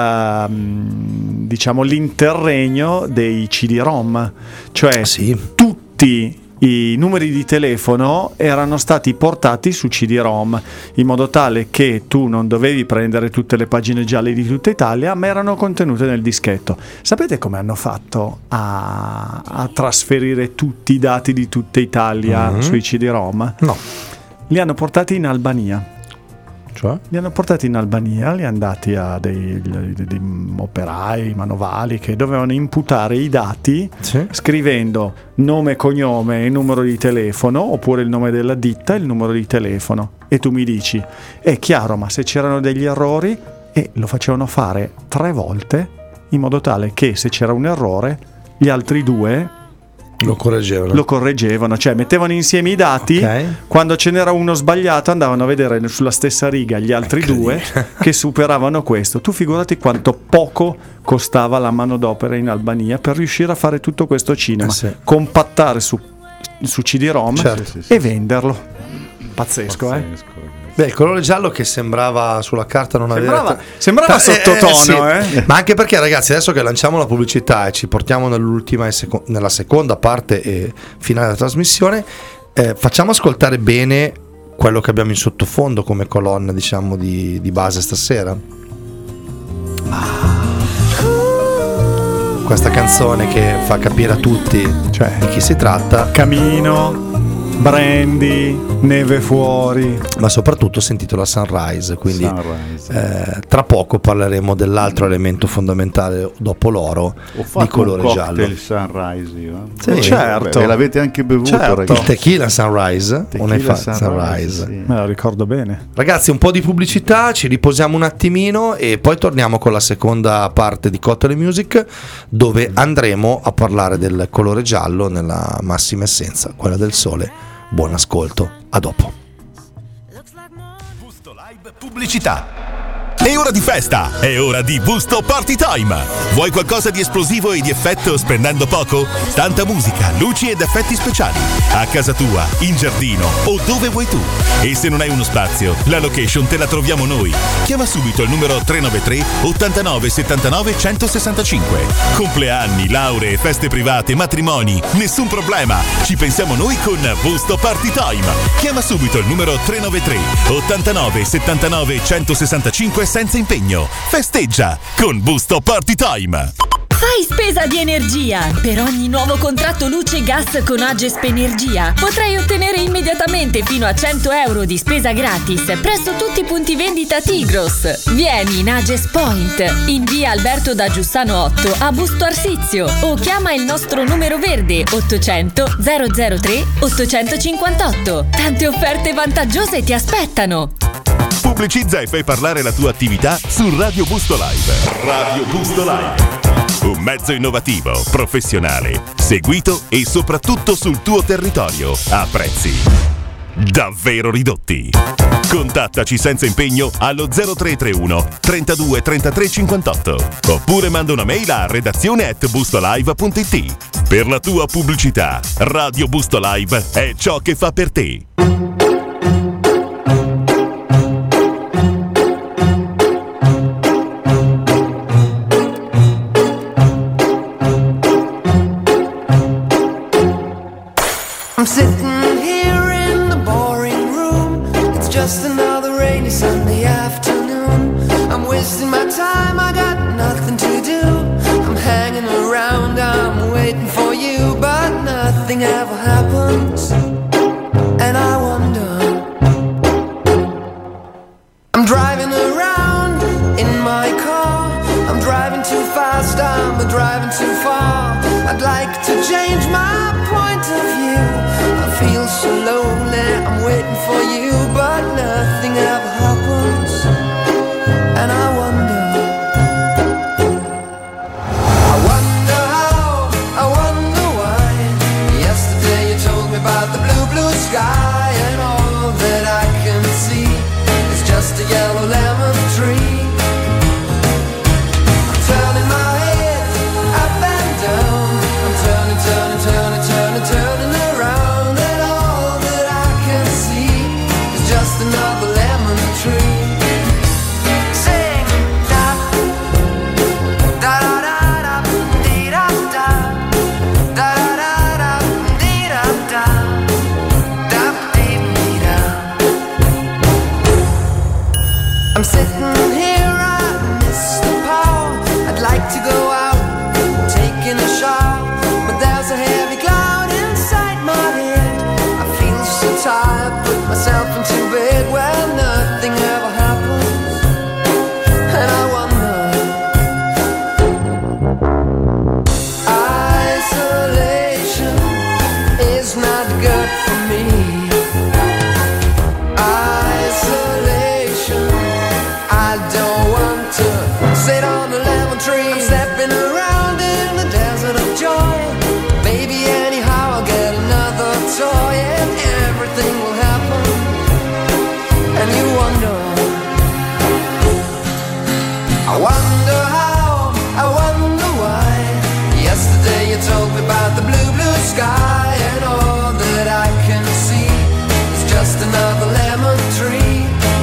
l'interregno dei CD-ROM, cioè tutti i numeri di telefono erano stati portati su CD-ROM, in modo tale che tu non dovevi prendere tutte le pagine gialle di tutta Italia, ma erano contenute nel dischetto. Sapete come hanno fatto a trasferire tutti i dati di tutta Italia sui CD-ROM? No. Li hanno portati in Albania. Cioè? Li hanno portati in Albania, li hanno dati a dei operai, manovali che dovevano imputare i dati scrivendo nome, cognome e numero di telefono, oppure il nome della ditta e il numero di telefono. E tu mi dici, è chiaro, ma se c'erano degli errori, lo facevano fare 3 volte, in modo tale che se c'era un errore gli altri 2 lo correggevano, cioè mettevano insieme i dati, quando ce n'era uno sbagliato andavano a vedere sulla stessa riga gli altri 2 che superavano questo. Tu figurati quanto poco costava la manodopera in Albania per riuscire a fare tutto questo cinema, compattare su CD-ROM e venderlo. Pazzesco. Beh, il colore giallo che sembrava sulla carta non avere... Sembrava sottotono, sì. Ma anche perché, ragazzi, adesso che lanciamo la pubblicità e ci portiamo nella seconda parte e finale della trasmissione, facciamo ascoltare bene quello che abbiamo in sottofondo come colonna, diciamo, di base stasera. Questa canzone che fa capire a tutti, cioè, di chi si tratta. Camino, brandy, neve fuori, ma soprattutto si intitola Sunrise, quindi tra poco parleremo dell'altro elemento fondamentale dopo l'oro, di colore giallo. Il Sunrise, sì, certo. Beh, l'avete anche bevuto, certo. ragazzi. Il tequila Sunrise, Sunrise. Sì. Me lo ricordo bene. Ragazzi, un po' di pubblicità, ci riposiamo un attimino e poi torniamo con la seconda parte di Cocktail Music, dove andremo a parlare del colore giallo nella massima essenza, quella del sole. Buon ascolto, a dopo. Busto Live pubblicità. È ora di festa, è ora di Busto Party Time. Vuoi qualcosa di esplosivo e di effetto spendendo poco? Tanta musica, luci ed effetti speciali. A casa tua, in giardino o dove vuoi tu. E se non hai uno spazio, la location te la troviamo noi. Chiama subito il numero 393 89 79 165. Compleanni, lauree, feste private, matrimoni, nessun problema. Ci pensiamo noi con Busto Party Time. Chiama subito il numero 393 89 79 165 senza impegno. Festeggia con Busto Party Time. Fai spesa di energia! Per ogni nuovo contratto luce e gas con Agesp Energia potrai ottenere immediatamente fino a 100 euro di spesa gratis presso tutti i punti vendita Tigros. Vieni in Ages Point, in via Alberto da Giussano 8 a Busto Arsizio, o chiama il nostro numero verde 800 003 858. Tante offerte vantaggiose ti aspettano! Pubblicizza e fai parlare la tua attività su Radio Busto Live. Radio Busto Live. Un mezzo innovativo, professionale, seguito e soprattutto sul tuo territorio a prezzi davvero ridotti. Contattaci senza impegno allo 0331 32 33 58 oppure manda una mail a redazione@bustolive.it. Per la tua pubblicità, Radio Busto Live è ciò che fa per te. I'm sitting here in the boring room. It's just another rainy Sunday afternoon. I'm wasting my time, I got nothing to do. I'm hanging around, I'm waiting for you, but nothing ever happens. And I wonder, I'm driving around in my car. I'm driving too fast, I'm driving too far. I'd like to change my point of view. I feel so lonely, I'm waiting for you, but nothing ever happens. And I wonder how, I wonder why. Yesterday you told me about the blue, blue sky, and all that I can see is just a yellow lemon tree. I'm turning my head up and down. I'm turning, turning, turning, turning, turning around, and all that I can see is just another lemon tree. Sing da da da da dee da da da da da dee da da da dee dee da. I'm sitting here, I miss the power. I'd like to go out, taking a shower, but there's a heavy cloud inside my head. I feel so tired, put myself into bed where nothing ever happens. And I wonder, isolation is not good for me. Isolation, I don't want to sit on a lemon tree. I'm stepping around in the desert of joy. Maybe anyhow I'll get another toy and everything will happen. And you wonder, I wonder how, I wonder why. Yesterday you told me about the blue, blue sky, and all that I can see is just another lemon tree.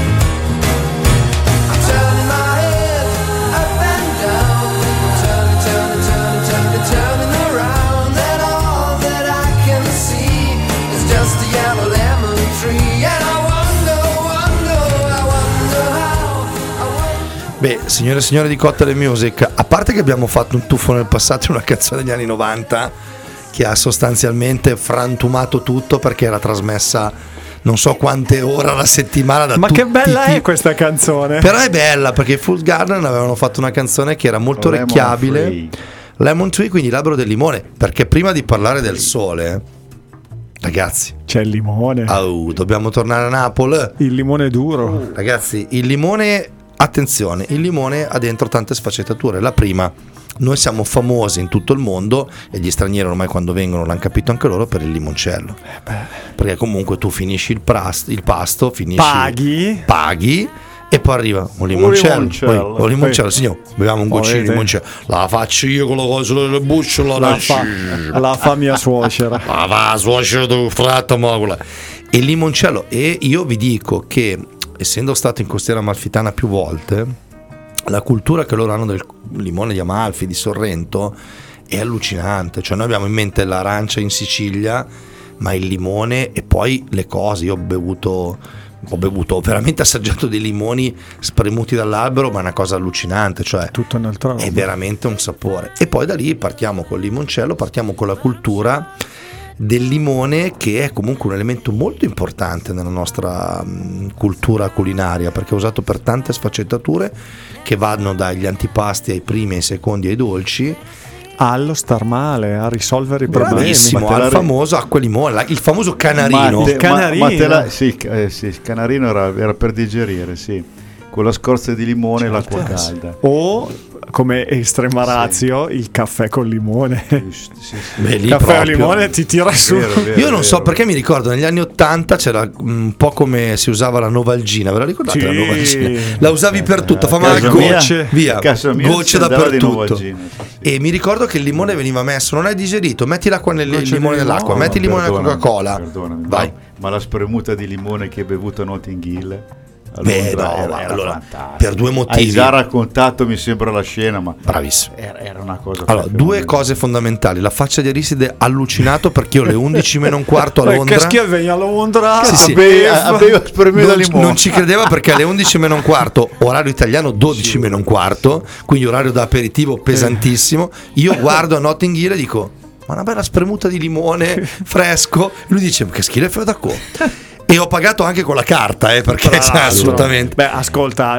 signore e signori di Cocktail Music, a parte che abbiamo fatto un tuffo nel passato in una canzone degli anni 90 che ha sostanzialmente frantumato tutto, perché era trasmessa non so quante ore alla settimana da Ma tutti che bella è questa canzone! Però è bella, perché i Fool's Garden avevano fatto una canzone che era molto orecchiabile, Lemon Tree, quindi l'albero del limone, perché prima di parlare del sole, ragazzi, c'è il limone. Dobbiamo tornare a Napoli. Il limone duro. Ragazzi, il limone, attenzione, il limone ha dentro tante sfaccettature. La prima, noi siamo famosi in tutto il mondo, e gli stranieri ormai quando vengono l'hanno capito anche loro, per il limoncello. Perché comunque tu finisci il pasto, finisci, paghi e poi arriva un limoncello. Un limoncello, signor, beviamo un goccino di limoncello. La faccio io con la cosa delle bucce, la fa mia suocera. La suocera del fratello Mogula. Il limoncello, e io vi dico che, essendo stato in Costiera Amalfitana più volte, la cultura che loro hanno del limone di Amalfi, di Sorrento, è allucinante. Cioè, noi abbiamo in mente l'arancia in Sicilia, ma il limone, e poi le cose. Io ho veramente assaggiato dei limoni spremuti dall'albero, ma è una cosa allucinante, cioè tutto nel trono. È veramente un sapore. E poi da lì partiamo col limoncello, partiamo con la cultura del limone, che è comunque un elemento molto importante nella nostra cultura culinaria, perché è usato per tante sfaccettature che vanno dagli antipasti ai primi, ai secondi, ai dolci, allo star male, a risolvere i problemi. Bravissimo, al famoso acqua e limone, il famoso canarino. Il canarino. Sì, il canarino era per digerire, sì, con la scorza di limone e l'acqua calda. O, come estrema razio, il caffè col limone. Beh, caffè al limone ti tira su. Io non so perché mi ricordo negli anni 80 c'era un po' come si usava la Novalgina, ve la ricordate? La Novalgina la usavi per tutto, famava gocce, via, gocce dappertutto. E mi ricordo che il limone veniva messo, non è digerito, metti l'acqua il limone nell'acqua, metti il limone nella Coca-Cola. Perdonami, vai. Ma la spremuta di limone che hai bevuto a Notting Hill, allora, per due motivi. Hai già raccontato, mi sembra, la scena, ma bravissimo. Era una cosa. Allora, due cose fondamentali. La faccia di Aristide, allucinato, perché io alle 11 meno un quarto a Londra. Che schifo, a Londra. Avevo spremuto limone. Non ci credeva, perché alle 11 meno un quarto, orario italiano 12 meno un quarto, quindi orario da aperitivo pesantissimo. Io guardo a Notting Hill e dico: ma una bella spremuta di limone fresco. Lui dice: ma che schifo è da co. E ho pagato anche con la carta, perché c'è assolutamente. Beh, ascolta,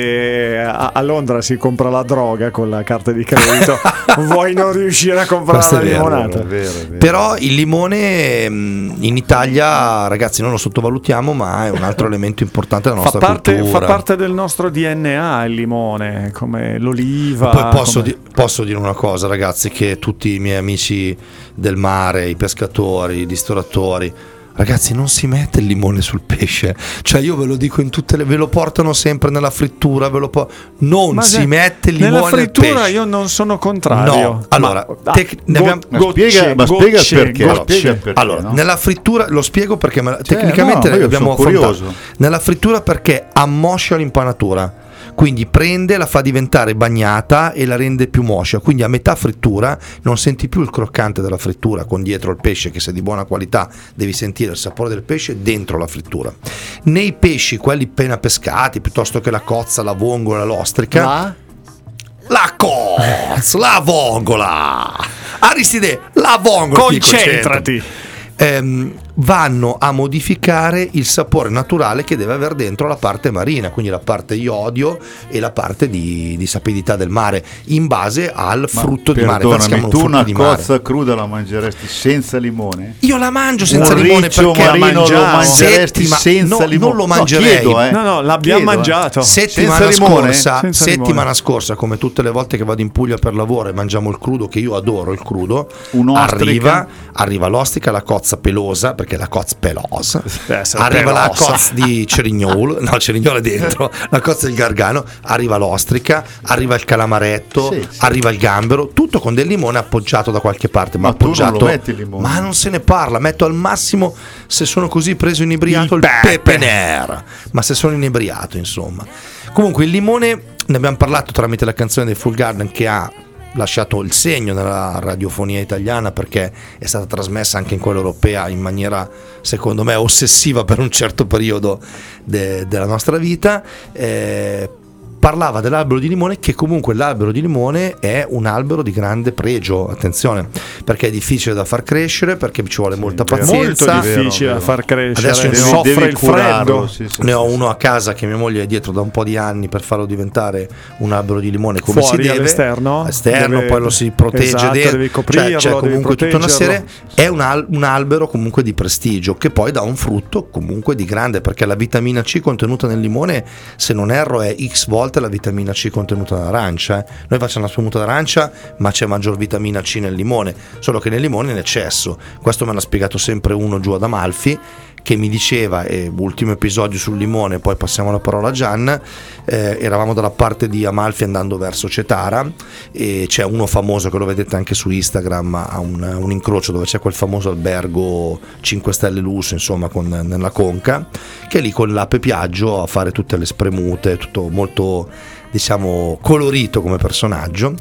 a Londra si compra la droga con la carta di credito. Vuoi non riuscire a comprare la limonata? È vero. Però il limone in Italia, ragazzi, non lo sottovalutiamo, ma è un altro elemento importante della nostra cultura. Fa parte del nostro DNA il limone, come l'oliva. Poi posso dire una cosa, ragazzi, che tutti i miei amici del mare, i pescatori, i ristoratori, ragazzi, non si mette il limone sul pesce. Cioè, io ve lo dico in tutte ve lo portano sempre nella frittura, si mette il limone nella frittura nel pesce. Io non sono contrario. No, allora, spiega perché. Allora, no? Nella frittura lo spiego perché tecnicamente abbiamo affrontato. Nella frittura, perché ammoscia l'impanatura. Quindi la fa diventare bagnata e la rende più moscia, quindi a metà frittura non senti più il croccante della frittura con dietro il pesce, che se di buona qualità devi sentire il sapore del pesce dentro la frittura. Nei pesci, quelli appena pescati, piuttosto che la cozza, la vongola, l'ostrica, la cozza, la vongola, Aristide, la vongola, concentrati. Vanno a modificare il sapore naturale che deve avere dentro la parte marina, quindi la parte iodio e la parte di sapidità del mare, in base al frutto di mare. Tu una cozza cruda la mangeresti senza limone? Io la mangio senza limone, perché la mangeresti senza limone? Non lo mangerei. No, l'abbiamo mangiato settimana scorsa, come tutte le volte che vado in Puglia per lavoro e mangiamo il crudo, che io adoro il crudo, arriva l'ostica, la cozza pelosa, perché la cozza pelosa, arriva la cozza di Cerignolo, no, Cerignolo è dentro, la cozza del gargano, arriva l'ostrica, arriva il calamaretto, arriva il gambero, tutto con del limone appoggiato da qualche parte, ma appoggiato, tu non lo metti il limone. Ma non se ne parla, metto al massimo, se sono così preso inebriato, il pepe nero, ma se sono inebriato, insomma. Comunque il limone, ne abbiamo parlato tramite la canzone dei Fool's Garden, che ha lasciato il segno nella radiofonia italiana, perché è stata trasmessa anche in quella europea in maniera, secondo me, ossessiva per un certo periodo della nostra vita. parlava dell'albero di limone, che comunque l'albero di limone è un albero di grande pregio, attenzione, perché è difficile da far crescere, perché ci vuole molta pazienza, molto difficile da far crescere. Adesso soffre il freddo. Ne ho uno a casa che mia moglie è dietro da un po' di anni per farlo diventare un albero di limone come Fuori, si deve, all'esterno poi lo si protegge, esatto, devi coprirlo, c'è comunque devi tutta una serie. È un albero comunque di prestigio, che poi dà un frutto comunque di grande, perché la vitamina C contenuta nel limone, se non erro, è X volte la vitamina C contenuta nell'arancia. Noi facciamo la spremuta d'arancia, ma c'è maggior vitamina C nel limone, solo che nel limone è in eccesso. Questo me l'ha spiegato sempre uno giù ad Amalfi, che mi diceva, ultimo episodio sul limone, poi passiamo la parola a Gian, eravamo dalla parte di Amalfi andando verso Cetara, e c'è uno famoso che lo vedete anche su Instagram, ha un incrocio dove c'è quel famoso albergo 5 stelle lusso, insomma, nella Conca, che è lì con l'ape Piaggio a fare tutte le spremute, tutto molto, diciamo, colorito come personaggio.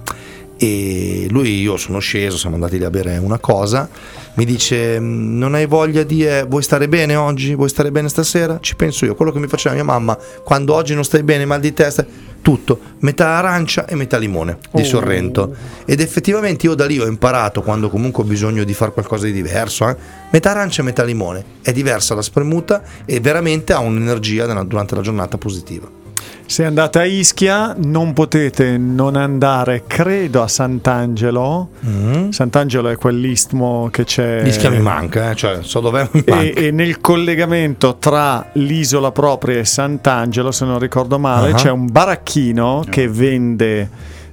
E io sono sceso, siamo andati lì a bere una cosa, mi dice: non hai voglia di vuoi stare bene oggi? Vuoi stare bene stasera? Ci penso io, quello che mi faceva mia mamma quando oggi non stai bene, mal di testa, tutto, metà arancia e metà limone di Sorrento. Ed effettivamente io da lì ho imparato, quando comunque ho bisogno di fare qualcosa di diverso, metà arancia e metà limone, è diversa la spremuta e veramente ha un'energia durante la giornata positiva. Se andate a Ischia non potete non andare, credo, a Sant'Angelo. Sant'Angelo è quell'istmo che c'è. Ischia mi manca, cioè so dov'è, mi manca. E nel collegamento tra l'isola propria e Sant'Angelo, se non ricordo male, c'è un baracchino che vende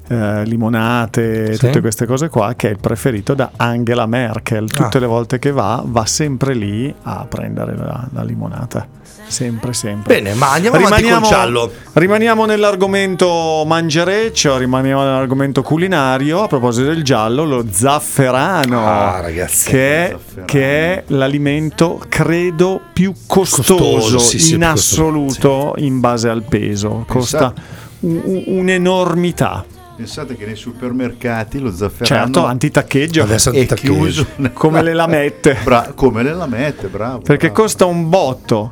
limonate, tutte queste cose qua, che è il preferito da Angela Merkel. Tutte le volte che va sempre lì a prendere la limonata. Sempre. Bene, ma andiamo avanti col giallo. Rimaniamo nell'argomento mangereccio, rimaniamo nell'argomento culinario. A proposito del giallo, lo zafferano, ragazzi, che è l'alimento credo più costoso in assoluto, in base al peso. Costa un'enormità. Pensate che nei supermercati lo zafferano, certo, antitaccheggio, adesso è chiuso come le lamette. Come le lamette, bravo. Perché costa un botto.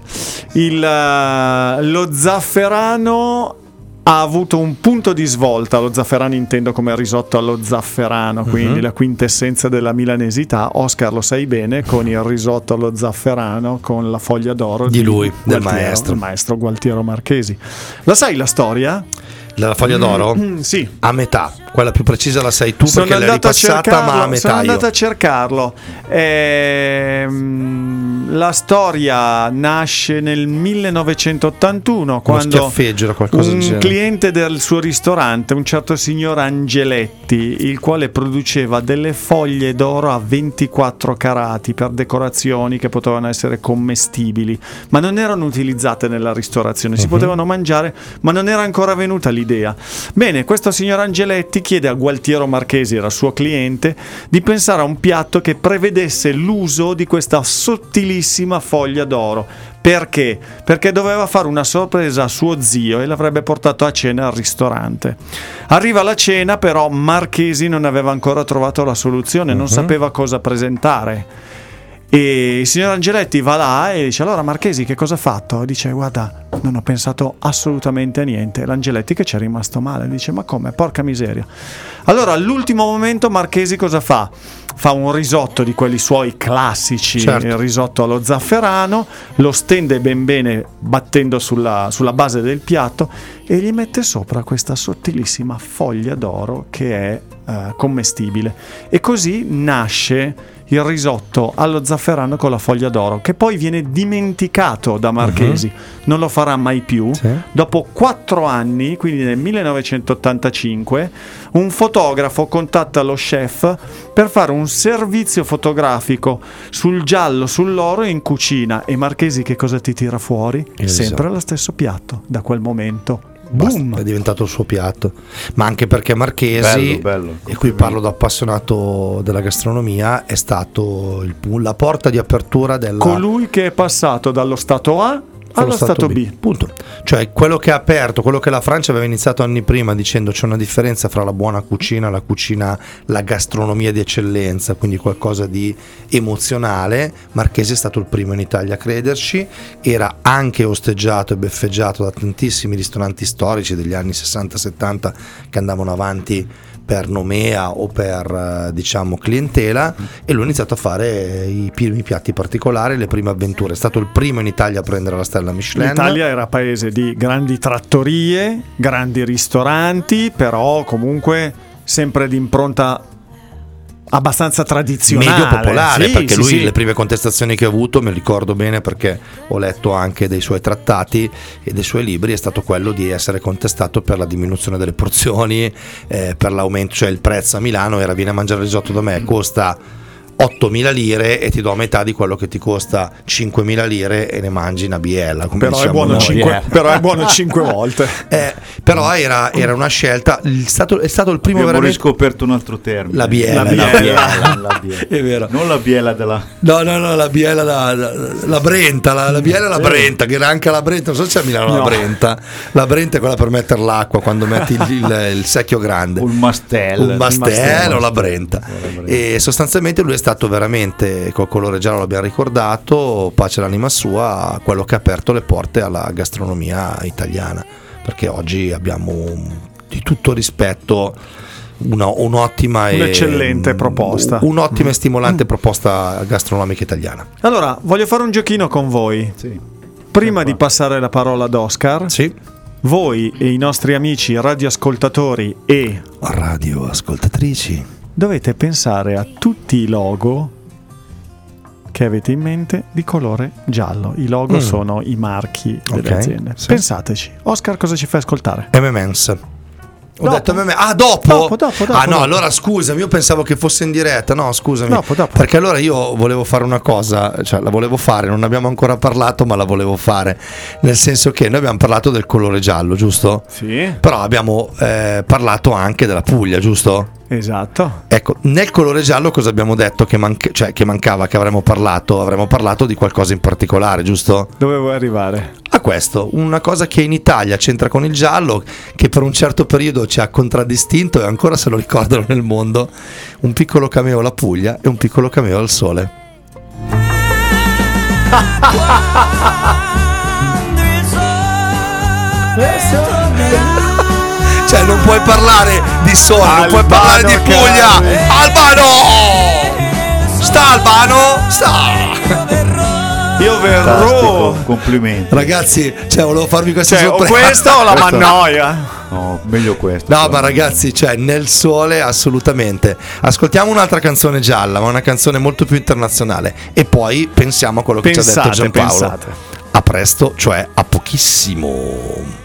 Lo zafferano ha avuto un punto di svolta. Lo zafferano intendo come risotto allo zafferano, quindi la quintessenza della milanesità. Oscar, lo sai bene, con il risotto allo zafferano con la foglia d'oro di lui, del il maestro Gualtiero Marchesi. La sai la storia? La foglia d'oro? Sì. A metà, quella più precisa la sai tu, perché l'hai ripassata, ma a metà. Sono andato a cercarlo. La storia nasce nel 1981, quando un cliente del suo ristorante, un certo signor Angeletti, il quale produceva delle foglie d'oro a 24 carati per decorazioni che potevano essere commestibili, ma non erano utilizzate nella ristorazione, si potevano mangiare, ma non era ancora venuta l'idea. Bene, questo signor Angeletti chiede a Gualtiero Marchesi, era suo cliente, di pensare a un piatto che prevedesse l'uso di questa sottilissima foglia d'oro. Perché? Perché doveva fare una sorpresa a suo zio e l'avrebbe portato a cena al ristorante. Arriva la cena, però Marchesi non aveva ancora trovato la soluzione, non sapeva cosa presentare. E il signor Angeletti va là e dice: allora Marchesi, che cosa ha fatto? E dice: guarda, non ho pensato assolutamente a niente. L'Angeletti, che ci è rimasto male, dice: ma come, porca miseria. Allora all'ultimo momento Marchesi cosa fa? Fa un risotto di quelli suoi classici, certo, il risotto allo zafferano, lo stende ben bene battendo sulla base del piatto e gli mette sopra questa sottilissima foglia d'oro che è commestibile. E così nasce il risotto allo zafferano con la foglia d'oro, che poi viene dimenticato da Marchesi, non lo farà mai più. Dopo 4 anni, quindi nel 1985, un fotografo contatta lo chef per fare un servizio fotografico sul giallo, sull'oro in cucina, e Marchesi che cosa ti tira fuori? Sempre lo stesso piatto. Da quel momento boom, è diventato il suo piatto. Ma anche perché Marchesi, bello, e qui parlo da appassionato della gastronomia, è stato la porta di apertura della... colui che è passato dallo stato A allo stato B. Punto. Cioè quello che ha aperto, quello che la Francia aveva iniziato anni prima dicendo c'è una differenza fra la buona cucina, la gastronomia di eccellenza, quindi qualcosa di emozionale. Marchesi è stato il primo in Italia a crederci, era anche osteggiato e beffeggiato da tantissimi ristoranti storici degli anni 60-70 che andavano avanti per nomea o per diciamo clientela, e lui ha iniziato a fare i primi piatti particolari, le prime avventure. È stato il primo in Italia a prendere la stella Michelin. L'Italia era paese di grandi trattorie, grandi ristoranti, però comunque sempre di impronta abbastanza tradizionale, medio popolare, sì, perché sì, lui sì. Le prime contestazioni che ha avuto, me lo ricordo bene perché ho letto anche dei suoi trattati e dei suoi libri, è stato quello di essere contestato per la diminuzione delle porzioni, per l'aumento, cioè il prezzo a Milano era: vieni a mangiare il risotto da me, costa 8.000 lire e ti do metà di quello che ti costa 5.000 lire e ne mangi una biella, come però, diciamo noi. Però è buono 5 volte. Però era una scelta, è stato il primo. Abbiamo veramente riscoperto un altro termine, la biela. È vero, non la biela della no la biela la Brenta, la biela è la Brenta, che era anche la Brenta, non so se a Milano la Brenta è quella per mettere l'acqua quando metti il secchio grande, un mastello, la Brenta. E sostanzialmente lui è stato veramente, col colore giallo l'abbiamo ricordato, pace all'anima sua, quello che ha aperto le porte alla gastronomia italiana, perché oggi abbiamo di tutto rispetto un'ottima un'eccellente proposta, un'ottima e stimolante proposta gastronomica italiana. Allora voglio fare un giochino con voi, prima di passare la parola ad Oscar. Voi e i nostri amici radioascoltatori e radioascoltatrici dovete pensare a tutti i logo che avete in mente di colore giallo. I logo sono i marchi delle aziende. Pensateci. Oscar, cosa ci fai ascoltare? M&M's. Ho detto dopo? No, allora scusami, io pensavo che fosse in diretta. No, scusami. Dopo. Perché allora io volevo fare una cosa, cioè la volevo fare, non abbiamo ancora parlato, ma la volevo fare. Nel senso che noi abbiamo parlato del colore giallo, giusto? Sì. Però abbiamo parlato anche della Puglia, giusto? Esatto. Ecco, nel colore giallo cosa abbiamo detto che mancava, che avremmo parlato di qualcosa in particolare, giusto? Dove vuoi arrivare? A questo, una cosa che in Italia c'entra con il giallo, che per un certo periodo ci ha contraddistinto e ancora se lo ricordano nel mondo, un piccolo cameo alla Puglia e un piccolo cameo al sole. Cioè non puoi parlare di sole, non puoi parlare di Puglia. Albano! Sta Albano? Sta! Io verrò. Complimenti. Ragazzi, volevo farvi questa sorpresa. O questa o la mannoia? No, meglio questo. No, ma ragazzi, nel sole assolutamente. Ascoltiamo un'altra canzone gialla, ma una canzone molto più internazionale. E poi pensiamo a quello che ci ha detto Giampaolo. A presto, cioè a pochissimo.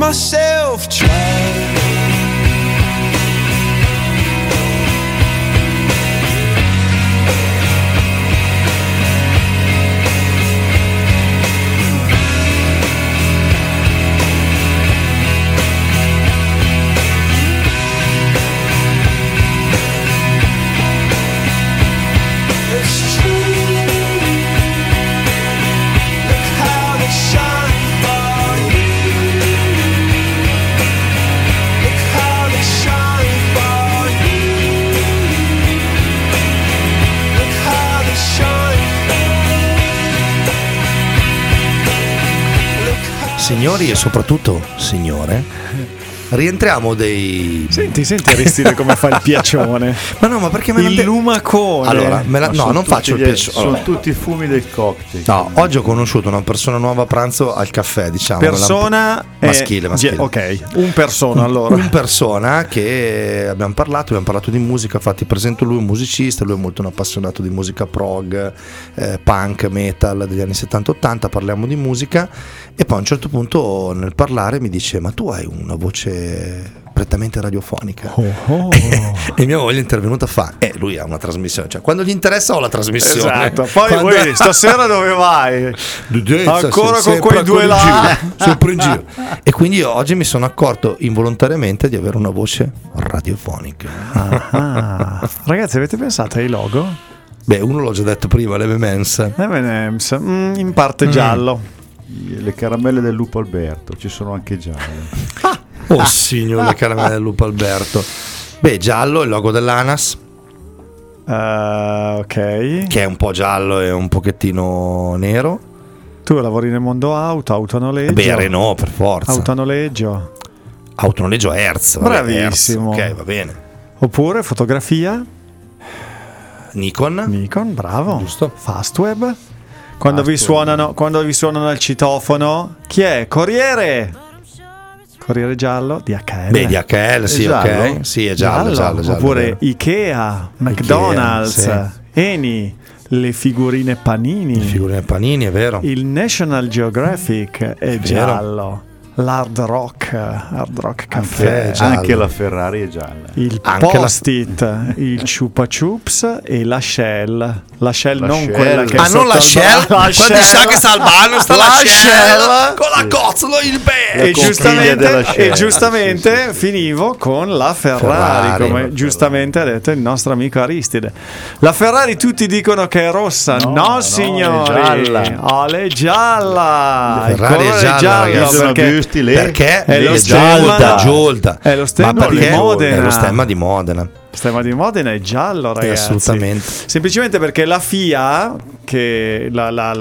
myself trying. Signori e soprattutto signore, rientriamo dei... Senti Aristide come fa il piacione. Ma no, ma perché me il lumacone. Allora, no, non faccio il piacione. Sono tutti i fumi del cocktail. No, oggi ho conosciuto una persona nuova a pranzo al caffè, diciamo. Persona maschile. Ok, un persona allora. Un persona che abbiamo parlato di musica, infatti presento lui, un musicista, lui è molto un appassionato di musica prog, punk, metal degli anni 70-80, parliamo di musica e poi a un certo punto nel parlare mi dice: ma tu hai una voce prettamente radiofonica. E mia moglie è intervenuta, lui ha una trasmissione, cioè quando gli interessa ho la trasmissione. Esatto. Poi voi stasera dove vai? Ancora con quei due là, sempre in giro. E quindi io oggi mi sono accorto involontariamente di avere una voce radiofonica. Ragazzi, avete pensato ai logo? Beh, uno l'ho già detto prima, l'M&M's. M&M's, in parte giallo. Le caramelle del lupo Alberto, ci sono anche gialle. Oh signore, le caramelle del lupo Alberto. Beh, giallo, il logo dell'ANAS. Ok. Che è un po' giallo e un pochettino nero. Tu lavori nel mondo autonoleggio. Beh, Renault per forza. Autonoleggio Hertz. Bravissimo. Hertz. Ok, va bene. Oppure fotografia. Nikon, bravo. Giusto. Fastweb. Quando vi suonano al citofono, chi è? Corriere giallo, DHL. Beh, DHL, sì, ok. Sì, è giallo. Oppure Ikea, McDonald's, sì. Eni, le figurine Panini. È vero. Il National Geographic è giallo. L'Hard Rock Caffè, anche la Ferrari è gialla. Il Post-it, il Chupa Chups e la Shell. La Shell non quella che non la Shell? Quando sa che sta al bagno sta la Shell con la cozzola il e giustamente finivo con la Ferrari, come giustamente ha detto il nostro amico Aristide. La Ferrari tutti dicono che è rossa, no signori, è gialla. È gialla. La Ferrari è gialla, perché è lo Gilda. È lo stemma di Modena. È lo stemma di Modena. Il stemma di Modena è giallo, ragazzi. Assolutamente. Semplicemente perché la FIA, che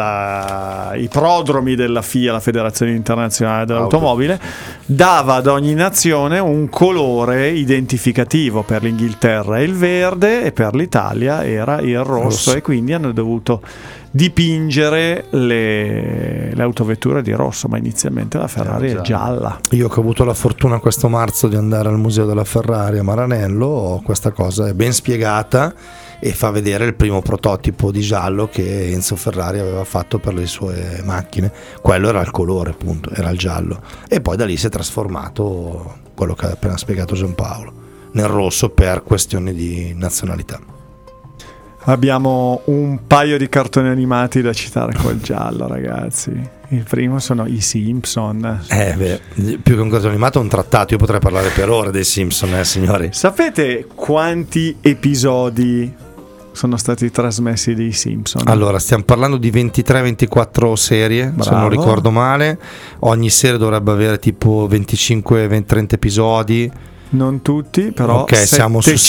i prodromi della FIA, la Federazione Internazionale dell'Automobile, dava ad ogni nazione un colore identificativo. Per l'Inghilterra il verde e per l'Italia era il rosso. E quindi hanno dovuto dipingere le autovetture di rosso, ma inizialmente la Ferrari è gialla. Io che ho avuto la fortuna questo marzo di andare al museo della Ferrari a Maranello, questa cosa è ben spiegata e fa vedere il primo prototipo di giallo che Enzo Ferrari aveva fatto per le sue macchine. Quello era il colore, appunto, era il giallo, e poi da lì si è trasformato, quello che ha appena spiegato Giampaolo, nel rosso per questioni di nazionalità. Abbiamo un paio di cartoni animati da citare col giallo, ragazzi. Il primo sono i Simpson. Più che un cartone animato, un trattato. Io potrei parlare per ore dei Simpson, signori. Sapete quanti episodi sono stati trasmessi dei Simpson? Allora, stiamo parlando di 23-24 serie, se non ricordo male. Ogni serie dovrebbe avere tipo 25-30 episodi. Non tutti, però ok, siamo su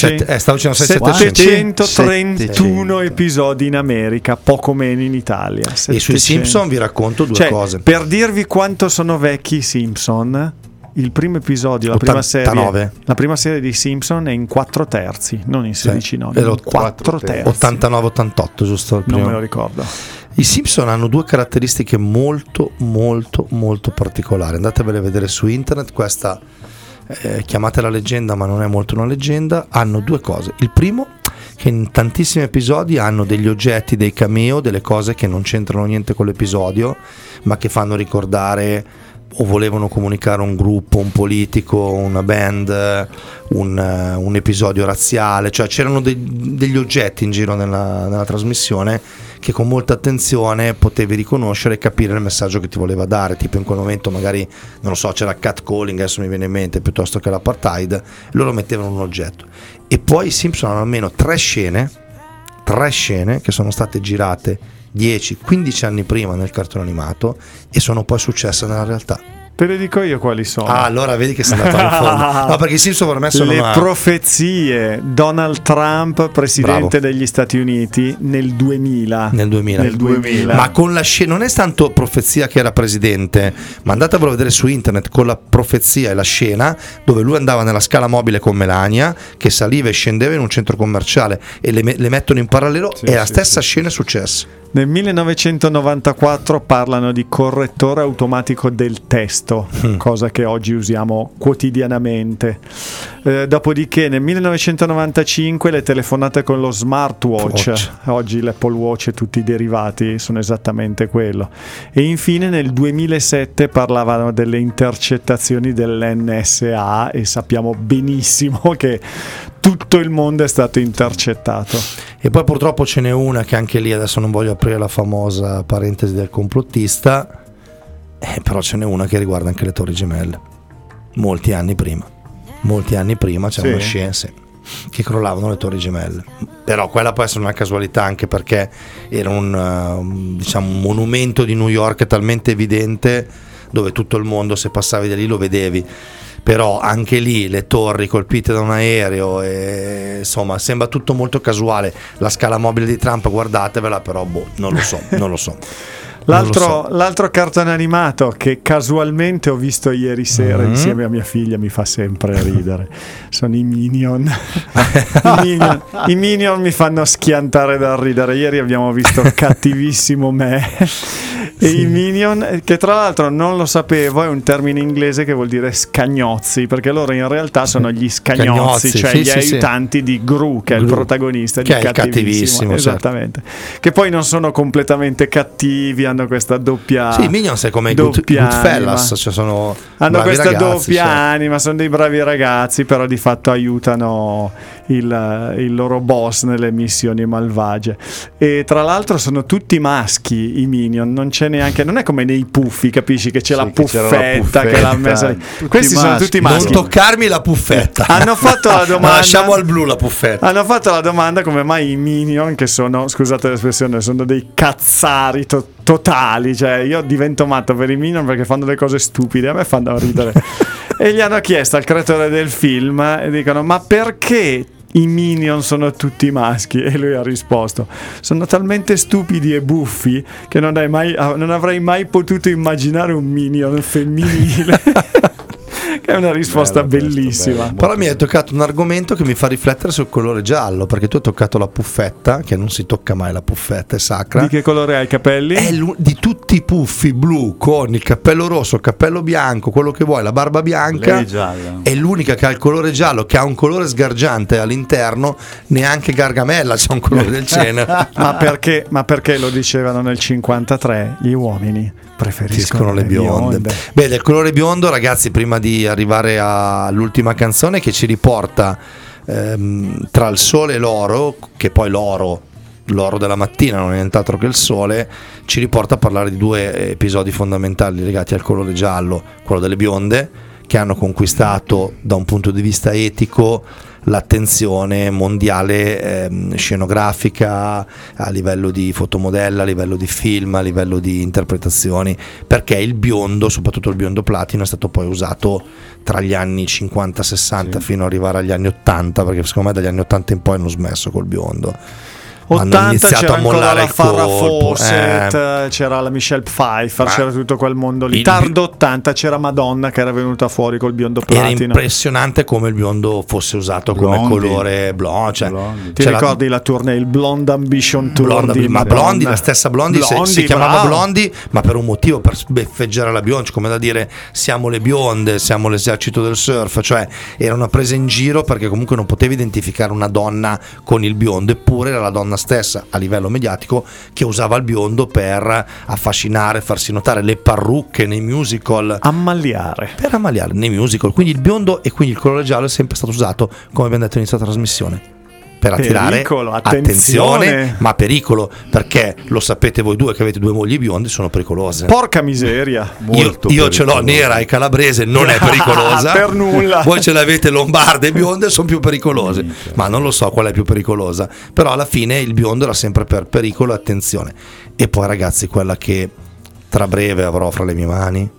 731 episodi in America, poco meno in Italia. 700. E sui Simpson vi racconto due cose. Per dirvi quanto sono vecchi i Simpson, il primo episodio, la prima serie di Simpson è in 4/3, non in 16/9, 4/3. 89-88, giusto? Il primo. Non me lo ricordo. I Simpson hanno due caratteristiche molto molto molto particolari. Andatevele a vedere su internet. Questa chiamatela leggenda, ma non è molto una leggenda. Hanno due cose. Il primo, che in tantissimi episodi hanno degli oggetti, dei cameo, delle cose che non c'entrano niente con l'episodio, ma che fanno ricordare o volevano comunicare un gruppo, un politico, una band, un episodio razziale, cioè c'erano degli oggetti in giro nella trasmissione che con molta attenzione potevi riconoscere e capire il messaggio che ti voleva dare. Tipo in quel momento magari, non lo so, c'era catcalling, adesso mi viene in mente, piuttosto che l'apartheid, loro mettevano un oggetto. E poi i Simpson hanno almeno tre scene che sono state girate 10-15 anni prima nel cartone animato e sono poi successe nella realtà. Te le dico io quali sono. Allora vedi che sei andato al fondo. No, perché i Simpson per me sono le profezie. Donald Trump presidente degli Stati Uniti nel 2000. Ma con la scena, non è tanto profezia che era presidente, ma andatevelo a vedere su internet, con la profezia e la scena dove lui andava nella scala mobile con Melania, che saliva e scendeva in un centro commerciale e le mettono in parallelo, e la stessa scena è successa. Nel 1994 parlano di correttore automatico del testo, cosa che oggi usiamo quotidianamente. Dopodiché nel 1995 le telefonate con lo smartwatch, oggi l'Apple Watch e tutti i derivati sono esattamente quello. E infine nel 2007 parlavano delle intercettazioni dell'NSA e sappiamo benissimo che tutto il mondo è stato intercettato. E poi purtroppo ce n'è una che anche lì, adesso non voglio aprire la famosa parentesi del complottista, però ce n'è una che riguarda anche le Torri Gemelle. Molti anni prima c'erano scienze che crollavano le Torri Gemelle, però quella può essere una casualità, anche perché era un monumento di New York talmente evidente, dove tutto il mondo, se passavi da lì lo vedevi. Però anche lì le torri colpite da un aereo, e insomma sembra tutto molto casuale. La scala mobile di Trump, guardatevela, però non lo so. L'altro cartone animato che casualmente ho visto ieri sera insieme a mia figlia, mi fa sempre ridere, sono i Minion. I Minion mi fanno schiantare dal ridere. Ieri abbiamo visto Cattivissimo Me e i Minion, che tra l'altro non lo sapevo, è un termine inglese che vuol dire scagnozzi, perché loro in realtà sono gli scagnozzi, cioè gli aiutanti di Gru, che è il protagonista di Cattivissimo. Esattamente, che poi non sono completamente cattivi, hanno questa doppia. Sì, i Minions è come Goodfellas, cioè hanno questa ragazzi, doppia anima, sono dei bravi ragazzi, però di fatto aiutano il loro boss nelle missioni malvagie. E tra l'altro sono tutti maschi i Minion, non è come nei Puffi, capisci, che c'è la puffetta che l'ha messa lì. Questi sono tutti maschi. Non toccarmi la puffetta. Hanno fatto la domanda. Lasciamo al blu la puffetta. Hanno fatto la domanda come mai i Minion, che sono, scusate l'espressione, sono dei cazzari totali, cioè io divento matto per i Minion perché fanno le cose stupide, a me fanno ridere. E gli hanno chiesto al creatore del film e dicono: ma perché i Minion sono tutti maschi? E lui ha risposto: sono talmente stupidi e buffi che non avrei mai potuto immaginare un Minion femminile. Che è una risposta bellissima. Però mi hai toccato un argomento che mi fa riflettere sul colore giallo, perché tu hai toccato la puffetta, che non si tocca mai, la puffetta è sacra. Di che colore hai i capelli? È di tutti i puffi blu, con il cappello rosso, il cappello bianco, quello che vuoi, la barba bianca, è l'unica che ha il colore giallo, che ha un colore sgargiante all'interno. Neanche Gargamella c'ha un colore del genere. Ma perché lo dicevano nel 53, gli uomini preferiscono le bionde. Beh, del colore biondo, ragazzi, prima di arrivare all'ultima canzone che ci riporta tra il sole e l'oro, che poi l'oro della mattina non è nient'altro che il sole, ci riporta a parlare di due episodi fondamentali legati al colore giallo, quello delle bionde, che hanno conquistato da un punto di vista etico l'attenzione mondiale scenografica, a livello di fotomodella, a livello di film, a livello di interpretazioni, perché il biondo, soprattutto il biondo platino, è stato poi usato tra gli anni 50-60 fino ad arrivare agli anni 80, perché secondo me dagli anni 80 in poi hanno smesso col biondo. 80 c'era ancora la Farrah Fawcett, c'era la Michelle Pfeiffer, c'era tutto quel mondo lì. Tardo 80 c'era Madonna che era venuta fuori col biondo platino. Era impressionante come il biondo fosse usato come colore blonde. Ti ricordi la tournée, il Blonde Ambition Tour? Blondie, la stessa Blondie si chiamava Blondie, ma per un motivo, per sbeffeggiare la Beyoncé, come da dire siamo le bionde, siamo l'esercito del surf, cioè era una presa in giro, perché comunque non potevi identificare una donna con il biondo, eppure era la donna stessa a livello mediatico che usava il biondo per affascinare, farsi notare, le parrucche nei musical, ammaliare nei musical, quindi il biondo e quindi il colore giallo è sempre stato usato, come abbiamo detto all'inizio della trasmissione, per attirare pericolo, attenzione, ma pericolo, perché lo sapete voi due che avete due mogli bionde, sono pericolose. Porca miseria. Io ce l'ho nera e calabrese, non è pericolosa per nulla. Voi ce l'avete lombarde e bionde, sono più pericolose, ma non lo so qual è più pericolosa, però alla fine il biondo era sempre per pericolo e attenzione. E poi ragazzi, quella che tra breve avrò fra le mie mani,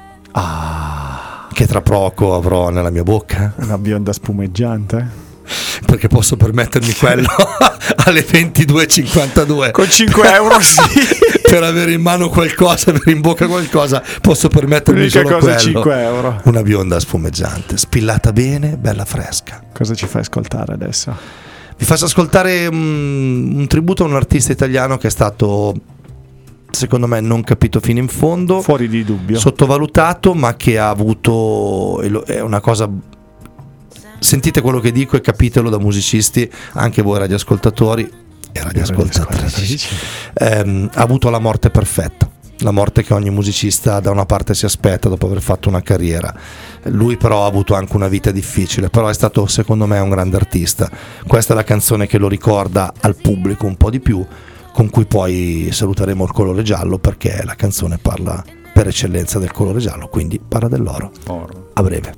che tra poco avrò nella mia bocca, una bionda spumeggiante, perché posso permettermi quello alle 22:52 con 5 euro sì. Per avere in mano qualcosa, avere in bocca qualcosa, posso permettermi l'unica solo cosa, quello. 5 euro. Una bionda spumeggiante, spillata bene, bella fresca. Cosa ci fai ascoltare adesso? Vi faccio ascoltare un tributo a un artista italiano che è stato, secondo me, non capito fino in fondo, fuori di dubbio, sottovalutato, ma che ha avuto, è una cosa, sentite quello che dico e capitelo da musicisti, anche voi radioascoltatori e radioascoltatrici, ha avuto la morte perfetta, la morte che ogni musicista da una parte si aspetta dopo aver fatto una carriera. Lui però ha avuto anche una vita difficile, però è stato, secondo me, un grande artista. Questa è la canzone che lo ricorda al pubblico un po' di più, con cui poi saluteremo il colore giallo, perché la canzone parla per eccellenza del colore giallo, quindi parla dell'oro. A breve.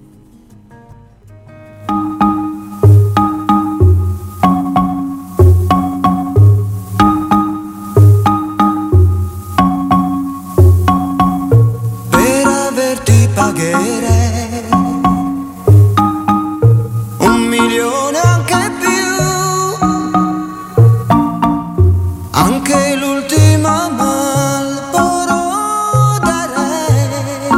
Per averti pagherei 1 milione, anche più, anche l'ultima Marlboro darei,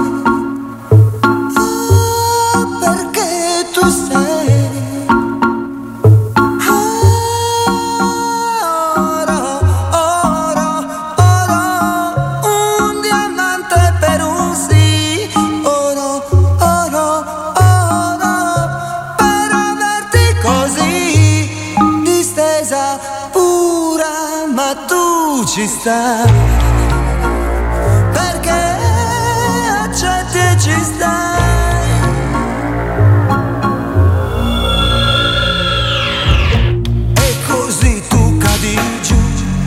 perché tu sei oro, oro, oro, un diamante per un sì, oro, oro, oro, per averti così distesa pura, ma tu ci stai, perché accetti e ci stai. E così tu cadi giù,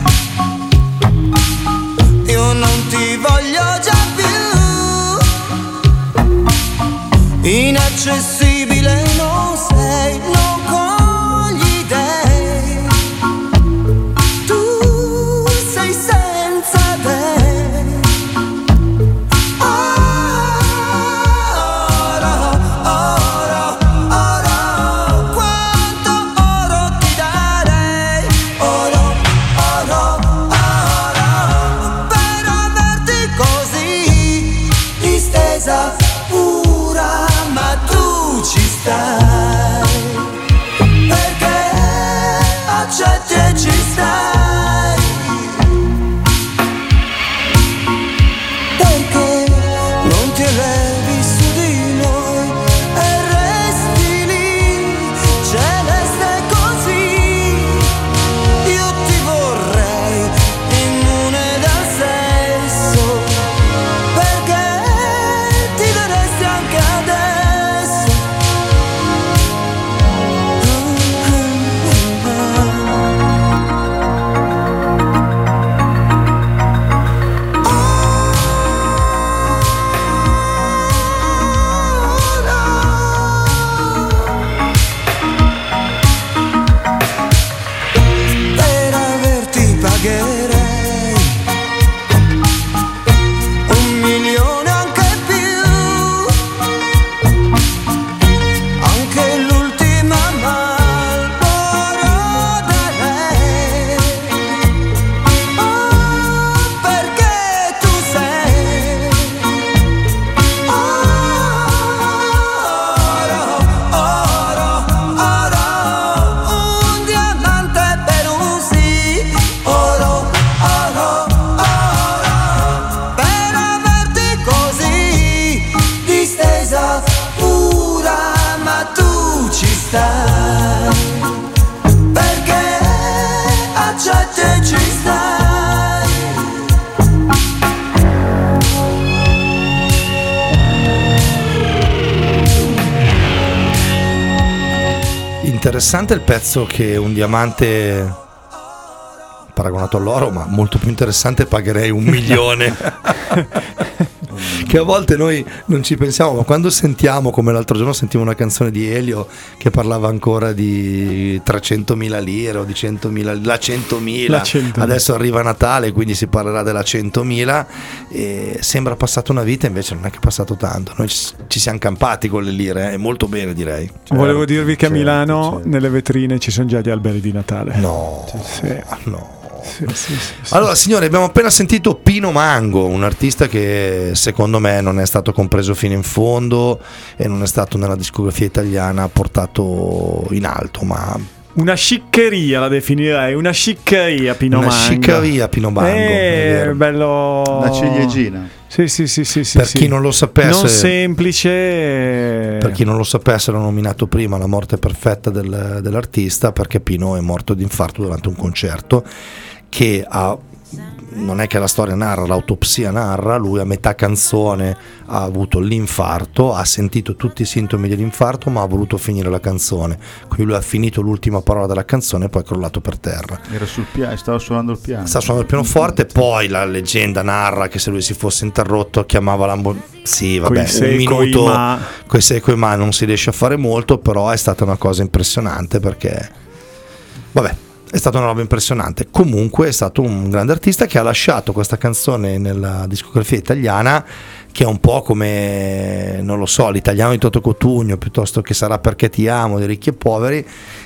io non ti voglio già più, inaccessibile non sei, non cogli dei, tu sei senza dei. Oro, oro, oro, quanto oro ti darei, oro, oro, oro, per averti così distesa pura, ma tu ci stai, perché accetti e ci stai, perché non ti elevi su di noi e resti lì, celeste così. Io ti vorrei immune dal sesso, perché ti daresti anche adesso. faccia te ci stai. Interessante il pezzo che un diamante paragonato all'oro, ma molto più interessante, pagherei 1 milione. Che a volte noi non ci pensiamo, ma quando sentiamo, come l'altro giorno sentivo una canzone di Elio che parlava ancora di 300.000 lire o di 100.000, la 100.000, adesso arriva Natale, quindi si parlerà della 100.000 e sembra passata una vita, invece non è che è passato tanto. Noi ci siamo campati con le lire, molto bene, direi. Volevo dirvi che a Milano nelle vetrine ci sono già gli alberi di Natale. No, sì. No. Sì. Allora signori, abbiamo appena sentito Pino Mango, un artista che secondo me non è stato compreso fino in fondo e non è stato nella discografia italiana portato in alto, ma una sciccheria la definirei, una sciccheria Pino Mango. Una sciccheria Pino Mango, bello. Una ciliegina. Sì. Per chi non lo sapesse, non semplice. Per chi non lo sapesse, l'ho nominato prima La morte perfetta dell'artista, perché Pino è morto di infarto durante un concerto che non è che la storia narra, l'autopsia narra, lui a metà canzone ha avuto l'infarto, ha sentito tutti i sintomi dell'infarto, ma ha voluto finire la canzone, quindi lui ha finito l'ultima parola della canzone e poi è crollato per terra. Era sul piano, stava suonando il piano. Stava suonando il pianoforte, poi la leggenda narra che se lui si fosse interrotto chiamava l'ambulanza. Sì, vabbè, un minuto coi secoi ma non si riesce a fare molto, però è stata una cosa impressionante perché vabbè, è stata una roba impressionante. Comunque è stato un grande artista che ha lasciato questa canzone nella discografia italiana, che è un po' come, non lo so, l'italiano di Toto Cotugno, piuttosto che Sarà perché ti amo di Ricchi e Poveri.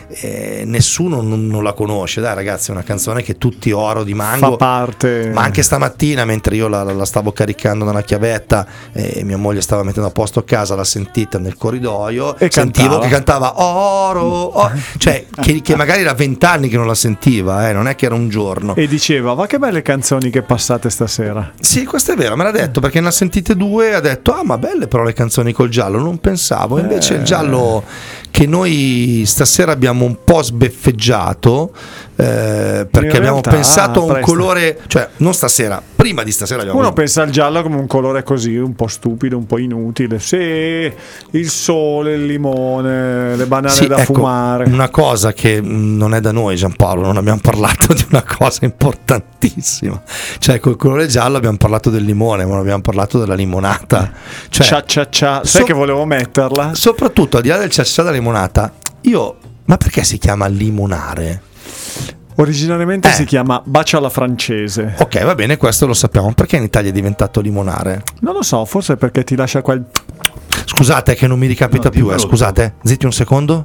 Nessuno non la conosce, dai ragazzi, è una canzone che tutti oro di Mango fa parte. Ma anche stamattina mentre io la stavo caricando da una chiavetta e mia moglie stava mettendo a posto casa, l'ha sentita nel corridoio e sentivo che cantava oro, cioè che magari era 20 anni che non la sentiva, non è che era un giorno, e diceva ma che belle canzoni che passate stasera. Sì, questo è vero, me l'ha detto perché ne ha sentite 2 e ha detto ma belle però le canzoni col giallo, non pensavo, invece il giallo che noi stasera abbiamo un po' sbeffeggiato perché abbiamo pensato a un colore, cioè non stasera, prima di stasera uno pensa al giallo come un colore così un po' stupido, un po' inutile, sì, il sole, il limone, le banane da fumare. Una cosa che non è da noi, Giampaolo, non abbiamo parlato di una cosa importantissima, cioè col colore giallo abbiamo parlato del limone, ma non abbiamo parlato della limonata, cioè sai che volevo metterla? Soprattutto al di là del della limonata, ma perché si chiama limonare? Originariamente si chiama bacio alla francese. Ok, va bene, questo lo sappiamo. Perché in Italia è diventato limonare? Non lo so, forse perché ti lascia quel... Scusate che non mi ricapita più, scusate, zitti un secondo.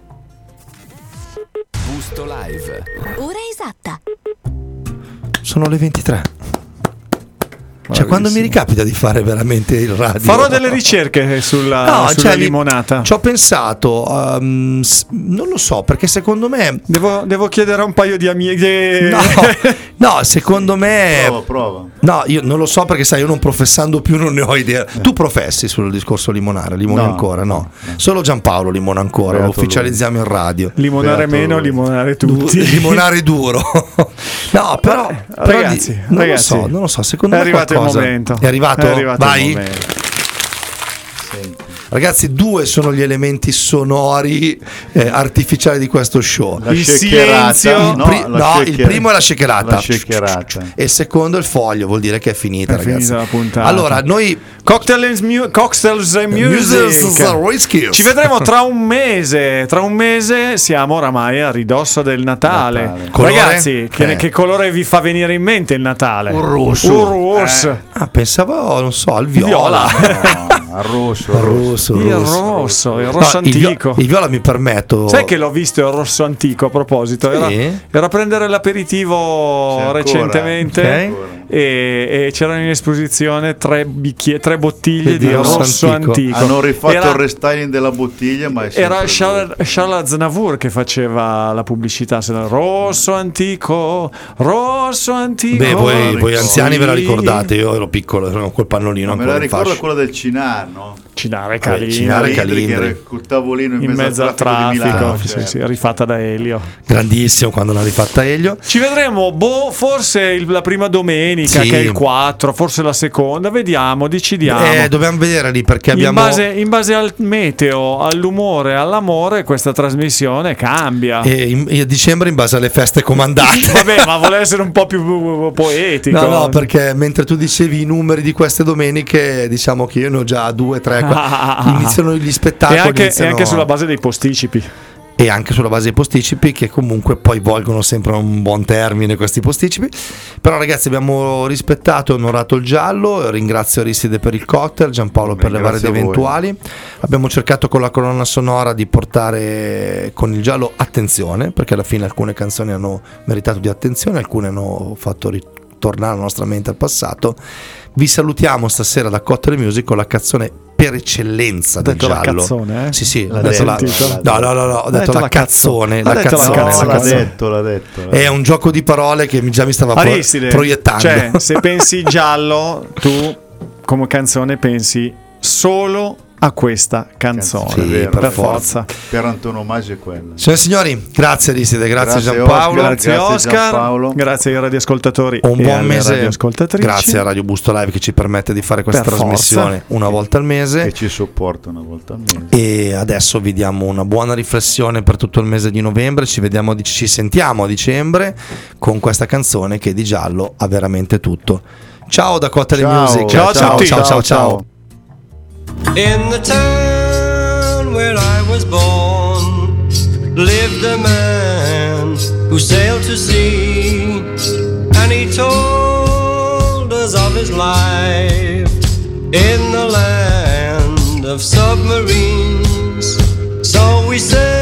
Busto Live. Ora esatta. Sono le 23. Cioè quando mi ricapita di fare veramente il radio, farò delle ricerche sulla limonata. Ci ho pensato, non lo so, perché secondo me devo chiedere a un paio di amici. No, secondo me prova. No, io non lo so perché sai, io non professando più non ne ho idea. Tu professi sul discorso limonare, limone ancora? No. Solo Giampaolo limona ancora, lo ufficializziamo in radio. Limonare meno, limonare tutti. Limonare duro. No, però ragazzi, non lo so, secondo me è arrivato il momento. È arrivato? Vai. Il momento. Ragazzi, 2 sono gli elementi sonori artificiali di questo show. Il silenzio. Il primo è la shakerata. E il secondo è il foglio, vuol dire che è finita, ragazzi. Finita la puntata. Allora, noi Cocktails and Music. Ci vedremo tra un mese. Tra un mese siamo oramai a ridosso del Natale. Ragazzi, che colore vi fa venire in mente il Natale? Un rosso. Pensavo, non so, al viola. Al rosso. Il rosso antico. Il viola mi permetto. Sai che l'ho visto il rosso antico a proposito? Era a prendere l'aperitivo recentemente. e c'erano in esposizione 3 bottiglie di rosso antico. Hanno rifatto il restyling della bottiglia, ma era Charles Aznavour che faceva la pubblicità, rosso antico. Beh, voi anziani ve la ricordate, io ero piccolo, ero col pannolino. Me la ricordo quella del Cinar, no? Cinare Calindri, che era col tavolino in mezzo al traffico, Milano, sì, rifatta da Elio. Grandissimo quando l'ha rifatta Elio. Ci vedremo, forse la prima domenica, che è il 4, forse la seconda, vediamo, decidiamo. Dobbiamo vedere lì, perché abbiamo in base al meteo, all'umore, all'amore, questa trasmissione cambia. E a dicembre in base alle feste comandate. Vabbè, ma vuole essere un po' più poetico. No, perché mentre tu dicevi i numeri di queste domeniche, diciamo che io ne ho già 2, 3, iniziano gli spettacoli e anche sulla base dei posticipi. E anche sulla base dei posticipi, che comunque poi volgono sempre a un buon termine questi posticipi. Però ragazzi, abbiamo rispettato e onorato il giallo. Ringrazio Aristide per il cocktail, Giampaolo per le varie ed eventuali. Abbiamo cercato con la colonna sonora di portare con il giallo attenzione, perché alla fine alcune canzoni hanno meritato di attenzione, alcune hanno fatto ritornare la nostra mente al passato. Vi salutiamo stasera da Cocktail Music con la canzone per eccellenza del giallo. La cazzone, eh? Sì, l'ha ho detto ho detto la cazzone. L'ha detto. È un gioco di parole che già mi stava proiettando. Cioè, se pensi giallo, tu come canzone pensi solo a questa canzone, sì, per forza. Per antonomasia è quella. Signore e signori, grazie Aristide, grazie Giampaolo, grazie Oscar, grazie ai radioascoltatori. Un buon mese, grazie a Radio Busto Live che ci permette di fare questa trasmissione una volta al mese e ci sopporta una volta al mese. E adesso vi diamo una buona riflessione per tutto il mese di novembre. ci sentiamo a dicembre con questa canzone che di giallo ha veramente tutto. Ciao da Cocktail Music. Ciao. In the town where I was born lived a man who sailed to sea, and he told us of his life in the land of submarines. So we said